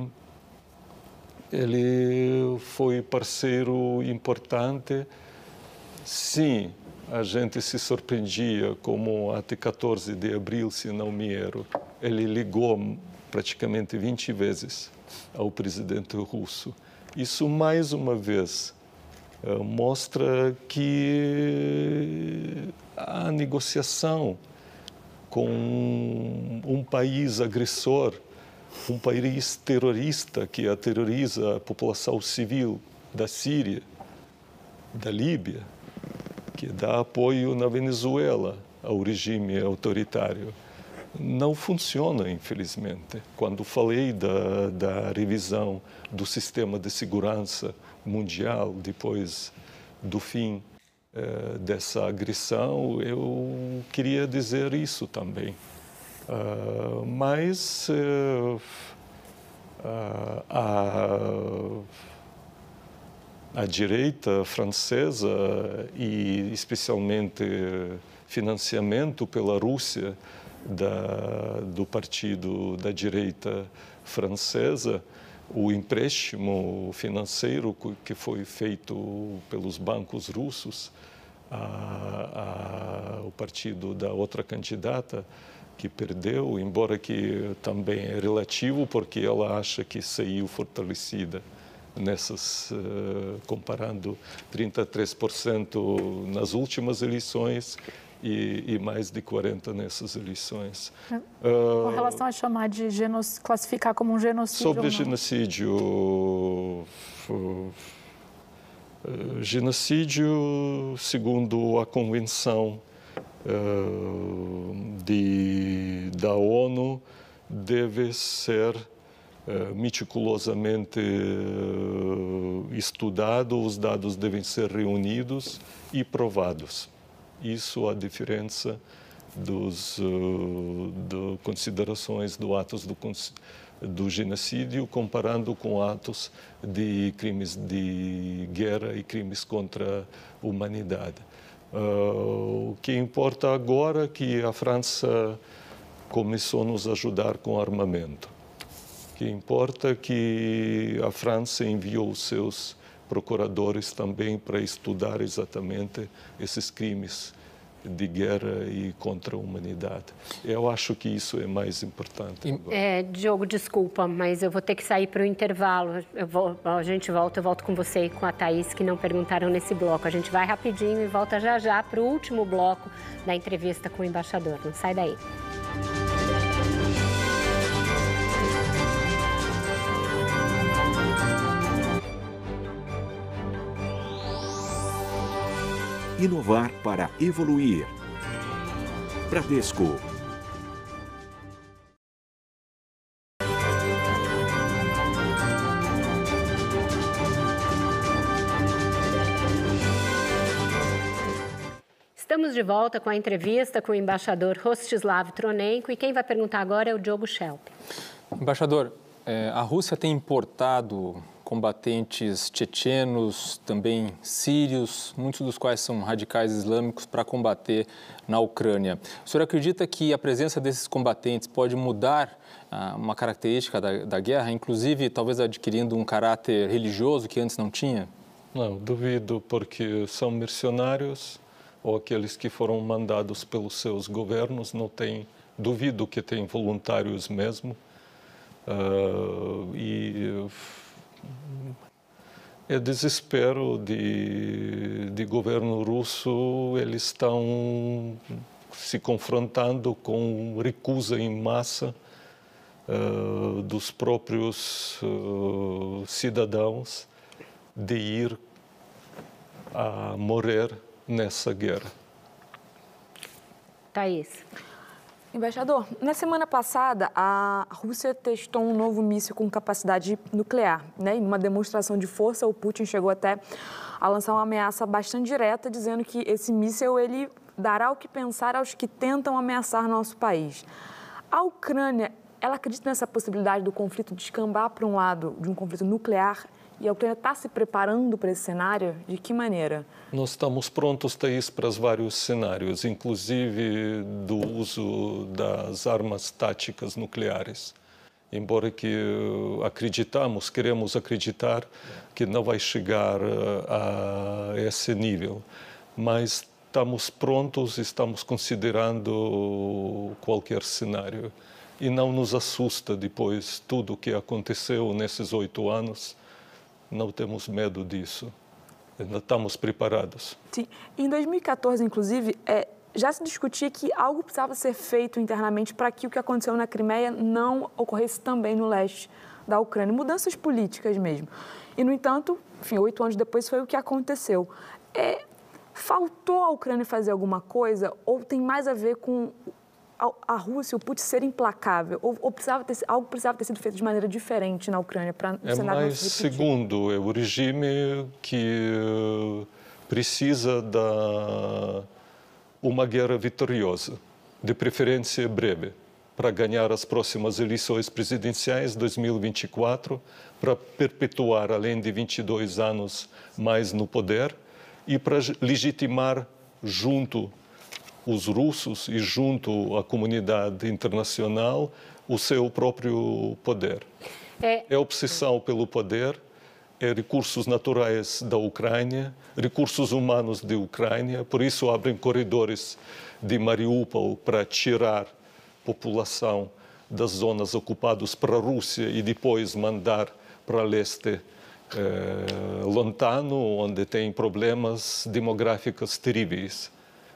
ele foi parceiro importante. Sim, a gente se surpreendia como até quatorze de abril, se não me erro, ele ligou praticamente vinte vezes ao presidente russo. Isso, mais uma vez, mostra que a negociação com um país agressor, um país terrorista que aterroriza a população civil da Síria, da Líbia, que dá apoio na Venezuela ao regime autoritário, não funciona, infelizmente. Quando falei da, da revisão do sistema de segurança mundial depois do fim eh, dessa agressão, eu queria dizer isso também. Uh, mas uh, uh, a, a direita francesa, e especialmente financiamento pela Rússia da, do partido da direita francesa, o empréstimo financeiro que foi feito pelos bancos russos a, a, ao partido da outra candidata, que perdeu, embora que também é relativo, porque ela acha que saiu fortalecida nessas, uh, comparando trinta e três por cento nas últimas eleições e, e mais de quarenta por cento nessas eleições. Com relação a chamar de genocídio, classificar como um genocídio. Sobre genocídio, Genocídio, segundo a Convenção de, da ONU, deve ser meticulosamente estudado, os dados devem ser reunidos e provados. Isso a diferença dos de considerações do atos do, do genocídio comparando com atos de crimes de guerra e crimes contra a humanidade. Uh, o que importa agora é que a França começou a nos ajudar com armamento. O que importa é que a França enviou os seus procuradores também para estudar exatamente esses crimes de guerra e contra a humanidade. Eu acho que isso é mais importante. É, Diogo, desculpa, mas eu vou ter que sair para o intervalo. Eu vou, a gente volta, eu volto com você e com a Thaís, que não perguntaram nesse bloco. A gente vai rapidinho e volta já já para o último bloco da entrevista com o embaixador. Não sai daí. Inovar para evoluir. Bradesco. Estamos de volta com a entrevista com o embaixador Rostislav Tronenko e quem vai perguntar agora é o Diogo Schelp. Embaixador, a Rússia tem importado combatentes tchetchenos, também sírios, muitos dos quais são radicais islâmicos, para combater na Ucrânia. O senhor acredita que a presença desses combatentes pode mudar ah, uma característica da, da guerra, inclusive talvez adquirindo um caráter religioso que antes não tinha? Não, duvido, porque são mercenários ou aqueles que foram mandados pelos seus governos, não tem, duvido que tem voluntários mesmo. Uh, e é desespero de, de governo russo, eles estão se confrontando com recusa em massa uh, dos próprios uh, cidadãos de ir a morrer nessa guerra. Thaís. Embaixador, na semana passada, a Rússia testou um novo míssil com capacidade nuclear, né? Em uma demonstração de força, o Putin chegou até a lançar uma ameaça bastante direta, dizendo que esse míssil ele dará o que pensar aos que tentam ameaçar nosso país. A Ucrânia, ela acredita nessa possibilidade do conflito descambar para um lado de um conflito nuclear? E a Ucrânia está se preparando para esse cenário? De que maneira? Nós estamos prontos, Thaís, para os vários cenários, inclusive do uso das armas táticas nucleares. Embora que acreditamos, queremos acreditar que não vai chegar a esse nível, mas estamos prontos, estamos considerando qualquer cenário. E não nos assusta depois tudo o que aconteceu nesses oito anos. Não temos medo disso, ainda estamos preparados. Sim. Em dois mil e quatorze, inclusive, é, já se discutia que algo precisava ser feito internamente para que o que aconteceu na Crimeia não ocorresse também no leste da Ucrânia, mudanças políticas mesmo. E, no entanto, enfim, oito anos depois foi o que aconteceu. É, faltou a Ucrânia fazer alguma coisa ou tem mais a ver com a Rússia, o Putin ser implacável, ou, ou precisava ter, algo precisava ter sido feito de maneira diferente na Ucrânia para o é cenário mais não se repetir? Segundo, é o regime que precisa de uma guerra vitoriosa, de preferência breve, para ganhar as próximas eleições presidenciais de dois mil e vinte e quatro, para perpetuar, além de vinte e dois anos mais no poder, e para legitimar junto os russos e junto à comunidade internacional o seu próprio poder. É, é obsessão pelo poder, é recursos naturais da Ucrânia, recursos humanos da Ucrânia, por isso abrem corredores de Mariupol para tirar população das zonas ocupadas para a Rússia e depois mandar para leste eh, lontano, onde tem problemas demográficos terríveis.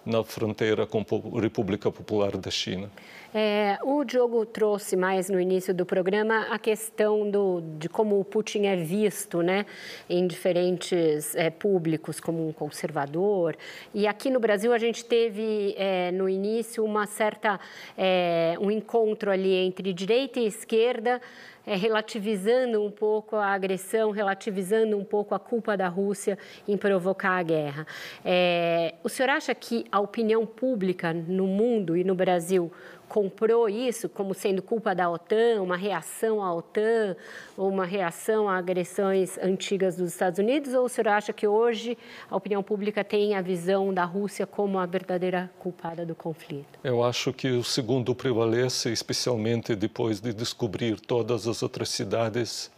na fronteira com a República Popular da China. É, o Diogo trouxe mais no início do programa a questão do, de como o Putin é visto, né, em diferentes é, públicos, como um conservador. E aqui no Brasil a gente teve é, no início uma certa, é, um encontro ali entre direita e esquerda, é, relativizando um pouco a agressão, relativizando um pouco a culpa da Rússia em provocar a guerra. É, o senhor acha que a opinião pública no mundo e no Brasil comprou isso como sendo culpa da OTAN, uma reação à OTAN, ou uma reação a agressões antigas dos Estados Unidos? Ou o senhor acha que hoje a opinião pública tem a visão da Rússia como a verdadeira culpada do conflito? Eu acho que o segundo prevalece, especialmente depois de descobrir todas as atrocidades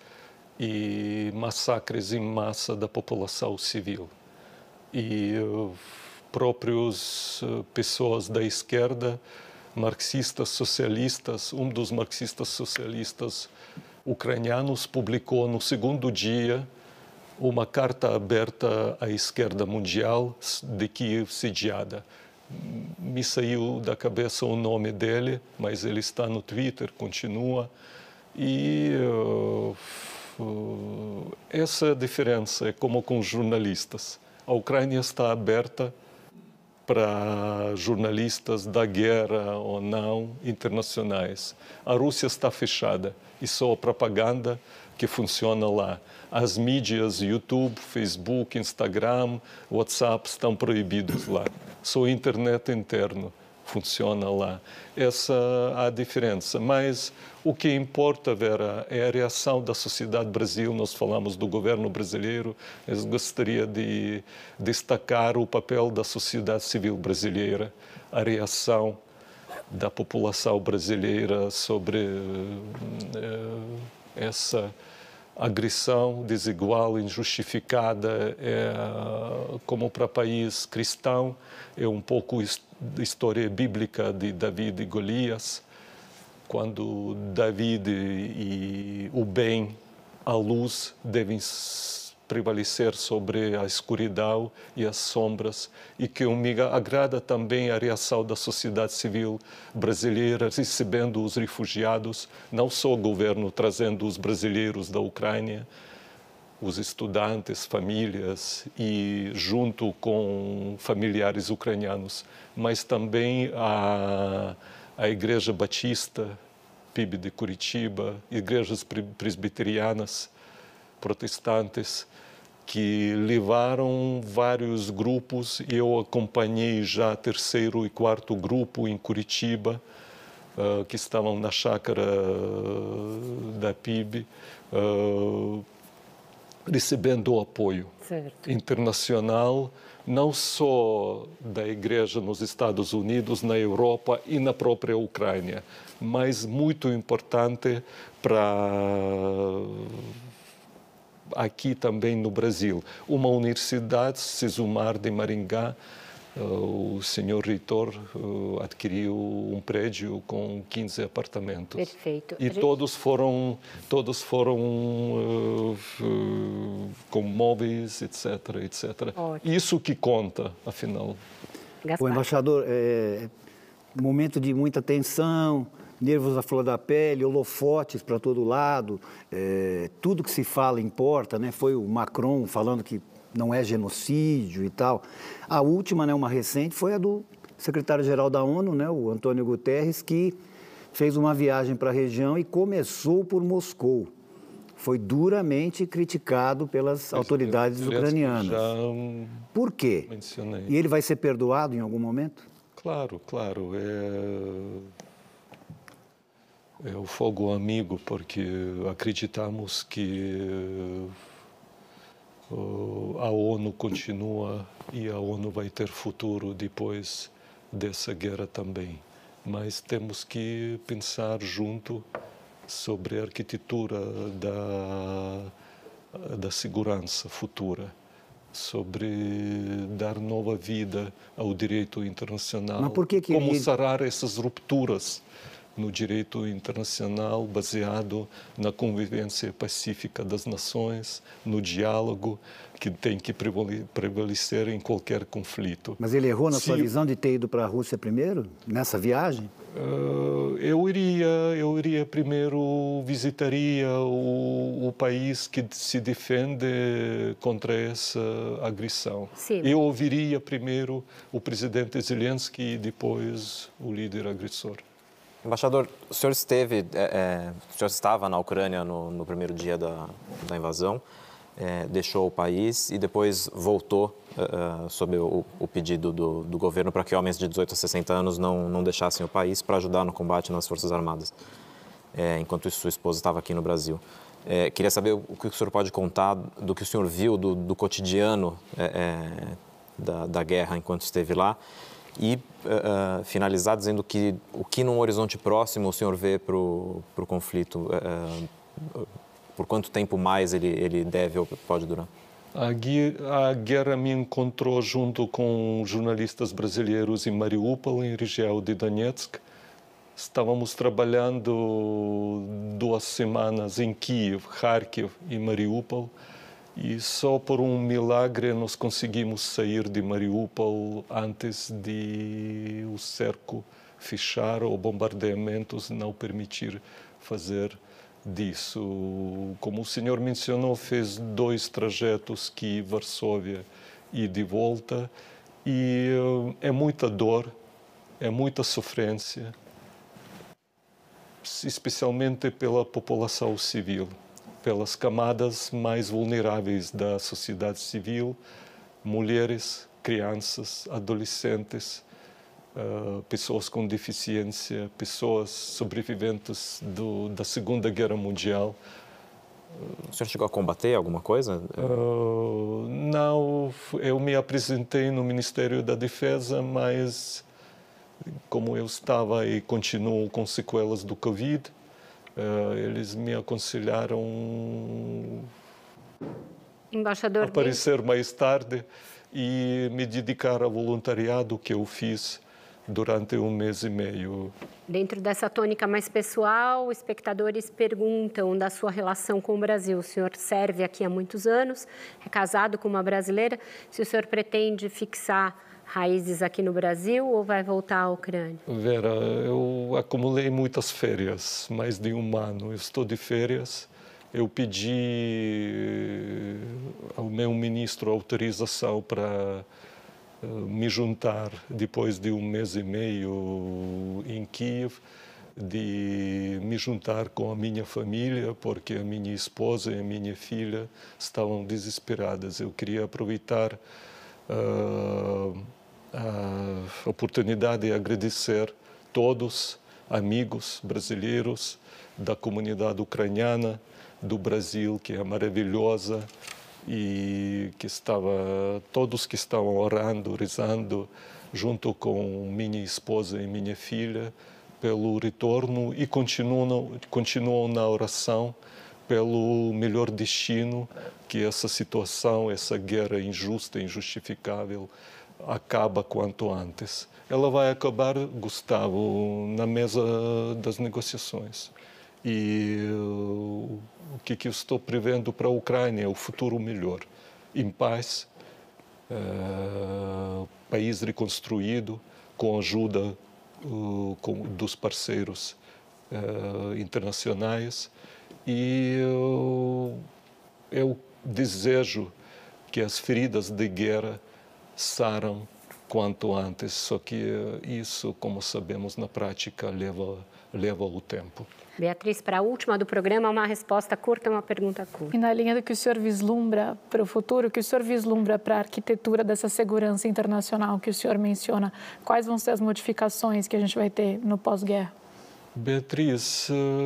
e massacres em massa da população civil. E uh, próprios uh, pessoas da esquerda, marxistas socialistas, um dos marxistas socialistas ucranianos publicou no segundo dia uma carta aberta à esquerda mundial de Kiev sediada. Me saiu da cabeça o nome dele, mas ele está no Twitter, continua. E uh, uh, essa é a diferença, é como com os jornalistas. A Ucrânia está aberta para jornalistas da guerra ou não internacionais. A Rússia está fechada e só a propaganda que funciona lá. As mídias, YouTube, Facebook, Instagram, WhatsApp estão proibidos lá. Só a internet interno funciona lá. Essa é a diferença. Mas o que importa, Vera, é a reação da sociedade brasileira. Nós falamos do governo brasileiro. Eu gostaria de destacar o papel da sociedade civil brasileira, a reação da população brasileira sobre uh, essa agressão desigual, injustificada, é, como para país cristão, é um pouco da história bíblica de David e Golias, quando David e o bem, a luz, devem prevalecer sobre a escuridão e as sombras, e que me agrada também a reação da sociedade civil brasileira recebendo os refugiados, não só o governo trazendo os brasileiros da Ucrânia, os estudantes, famílias e junto com familiares ucranianos, mas também a, a Igreja Batista, P I B de Curitiba, igrejas presbiterianas, protestantes, que levaram vários grupos. Eu acompanhei já terceiro e quarto grupo em Curitiba, uh, que estavam na chácara da P I B, uh, recebendo o apoio certo. internacional, não só da igreja nos Estados Unidos, na Europa e na própria Ucrânia, mas muito importante para aqui também no Brasil. Uma universidade, Sesumar de Maringá, uh, o senhor reitor uh, adquiriu um prédio com quinze apartamentos. Perfeito. E gente... todos foram, todos foram uh, uh, com móveis, etc, etcétera. Ótimo. Isso que conta, afinal. O embaixador, é momento de muita tensão, nervos à flor da pele, holofotes para todo lado, é, tudo que se fala importa, né? Foi o Macron falando que não é genocídio e tal. A última, né, uma recente, foi a do secretário-geral da ONU, né, o Antônio Guterres, que fez uma viagem para a região e começou por Moscou. Foi duramente criticado pelas autoridades ucranianas. Já Por quê? Mencionei. E ele vai ser perdoado em algum momento? Claro, claro. É... É o fogo amigo, porque acreditamos que uh, a ONU continua e a ONU vai ter futuro depois dessa guerra também. Mas temos que pensar junto sobre a arquitetura da, da segurança futura, sobre dar nova vida ao direito internacional. Mas por que que como ele... sarar essas rupturas no direito internacional baseado na convivência pacífica das nações, no diálogo que tem que prevalecer em qualquer conflito. Mas ele errou na Se... sua visão de ter ido para a Rússia primeiro, nessa viagem? Uh, eu iria, eu iria primeiro, visitaria o, o país que se defende contra essa agressão. Sim. Eu ouviria primeiro o presidente Zelensky e depois o líder agressor. Embaixador, o senhor esteve, é, é, o senhor estava na Ucrânia no, no primeiro dia da, da invasão, é, deixou o país e depois voltou é, sob o, o pedido do, do governo para que homens de dezoito a sessenta anos não, não deixassem o país para ajudar no combate nas Forças Armadas. É, enquanto isso, sua esposa estava aqui no Brasil. É, queria saber o que o senhor pode contar do que o senhor viu do, do cotidiano é, é, da, da guerra enquanto esteve lá. E uh, finalizar dizendo que o que num horizonte próximo o senhor vê para o conflito, uh, por quanto tempo mais ele, ele deve ou pode durar? A guerra, a guerra me encontrou junto com jornalistas brasileiros em Mariupol, em região de Donetsk. Estávamos trabalhando duas semanas em Kiev, Kharkiv e Mariupol. E só por um milagre nós conseguimos sair de Mariupol antes de o cerco fechar ou bombardeamentos não permitir fazer disso. Como o senhor mencionou, fez dois trajetos Kiev-Varsóvia e de volta. E é muita dor, é muita sofrência, especialmente pela população civil, pelas camadas mais vulneráveis da sociedade civil, mulheres, crianças, adolescentes, uh, pessoas com deficiência, pessoas sobreviventes do, da Segunda Guerra Mundial. O senhor chegou a combater alguma coisa? Uh, não, eu me apresentei no Ministério da Defesa, mas como eu estava e continuo com sequelas do Covid, Uh, eles me aconselharam Embaixador, aparecer mais tarde e me dedicar ao voluntariado que eu fiz durante um mês e meio. Dentro dessa tônica mais pessoal, espectadores perguntam da sua relação com o Brasil. O senhor serve aqui há muitos anos, é casado com uma brasileira. Se o senhor pretende fixar raízes aqui no Brasil ou vai voltar à Ucrânia? Vera, eu acumulei muitas férias, mais de um ano. Eu estou de férias. Eu pedi ao meu ministro autorização para uh, me juntar depois de um mês e meio em Kiev, de me juntar com a minha família, porque a minha esposa e a minha filha estavam desesperadas. Eu queria aproveitar uh, a oportunidade de agradecer todos, amigos brasileiros da comunidade ucraniana, do Brasil, que é maravilhosa, e que estava, todos que estavam orando, rezando, junto com minha esposa e minha filha, pelo retorno e continuam, continuam na oração pelo melhor destino, que essa situação, essa guerra injusta, injustificável, acaba quanto antes. Ela vai acabar, Gustavo, na mesa das negociações. E uh, o que, que eu estou prevendo para a Ucrânia é o futuro melhor, em paz, uh, país reconstruído, com ajuda uh, com, dos parceiros uh, internacionais. E uh, eu desejo que as feridas de guerra saram quanto antes, só que isso, como sabemos, na prática leva, leva o tempo. Beatriz, para a última do programa, uma resposta curta, uma pergunta curta. E na linha do que o senhor vislumbra para o futuro, o que o senhor vislumbra para a arquitetura dessa segurança internacional que o senhor menciona, quais vão ser as modificações que a gente vai ter no pós-guerra? Beatriz,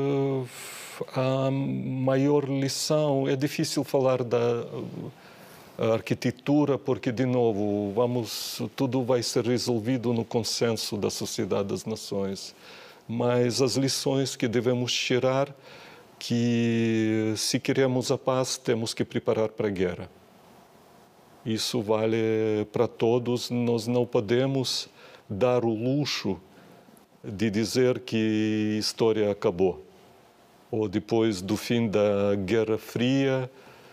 a maior lição, é difícil falar da a arquitetura, porque, de novo, vamos, tudo vai ser resolvido no consenso da Sociedade das Nações. Mas as lições que devemos tirar, que se queremos a paz, temos que preparar para a guerra. Isso vale para todos. Nós não podemos dar o luxo de dizer que a história acabou. Ou depois do fim da Guerra Fria,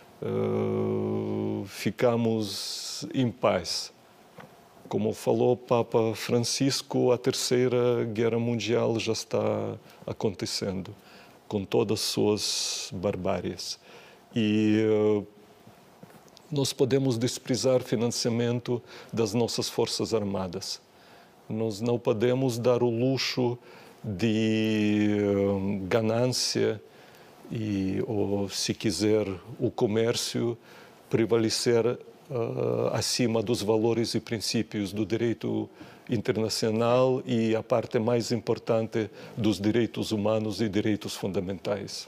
uh, ficamos em paz. Como falou o Papa Francisco, a Terceira Guerra Mundial já está acontecendo, com todas as suas barbáries. E uh, nós podemos desprezar financiamento das nossas Forças Armadas. Nós não podemos dar o luxo de uh, ganância e, ou, se quiser, o comércio prevalecer uh, acima dos valores e princípios do direito internacional e a parte mais importante dos direitos humanos e direitos fundamentais.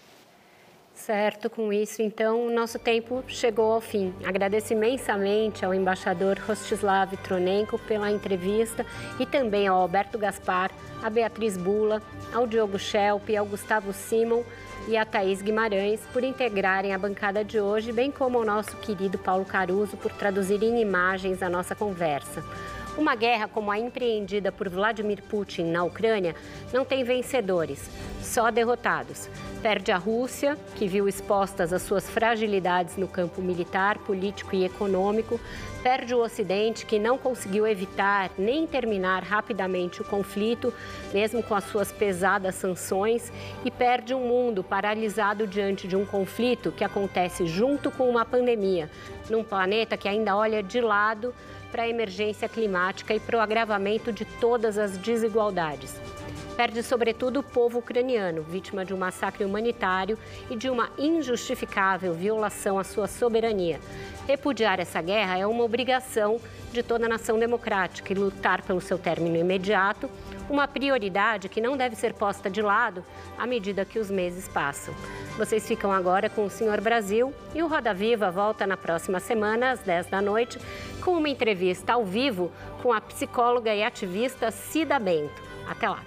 Certo, com isso, então, o nosso tempo chegou ao fim. Agradeço imensamente ao embaixador Rostislav Tronenko pela entrevista e também ao Alberto Gaspar, a Beatriz Bula, ao Diogo Schelp, ao Gustavo Simon e a Thaís Guimarães por integrarem a bancada de hoje, bem como ao nosso querido Paulo Caruso por traduzir em imagens a nossa conversa. Uma guerra como a empreendida por Vladimir Putin na Ucrânia não tem vencedores, só derrotados. Perde a Rússia, que viu expostas as suas fragilidades no campo militar, político e econômico. Perde o Ocidente, que não conseguiu evitar nem terminar rapidamente o conflito, mesmo com as suas pesadas sanções. E perde um mundo paralisado diante de um conflito que acontece junto com uma pandemia, num planeta que ainda olha de lado para a emergência climática e para o agravamento de todas as desigualdades. Perde, sobretudo, o povo ucraniano, vítima de um massacre humanitário e de uma injustificável violação à sua soberania. Repudiar essa guerra é uma obrigação de toda nação democrática e lutar pelo seu término imediato, uma prioridade que não deve ser posta de lado à medida que os meses passam. Vocês ficam agora com o Senhor Brasil e o Roda Viva volta na próxima semana, às dez da noite, com uma entrevista ao vivo com a psicóloga e ativista Cida Bento. Até lá!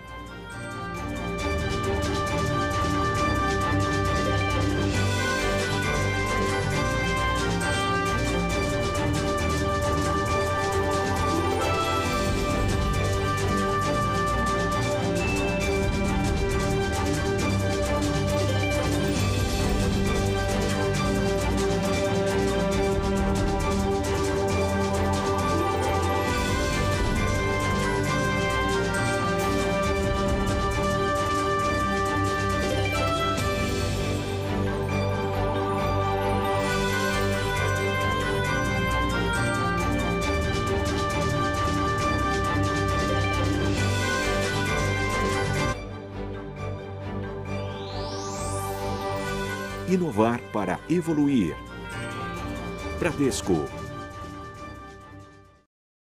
Inovar para evoluir. Bradesco.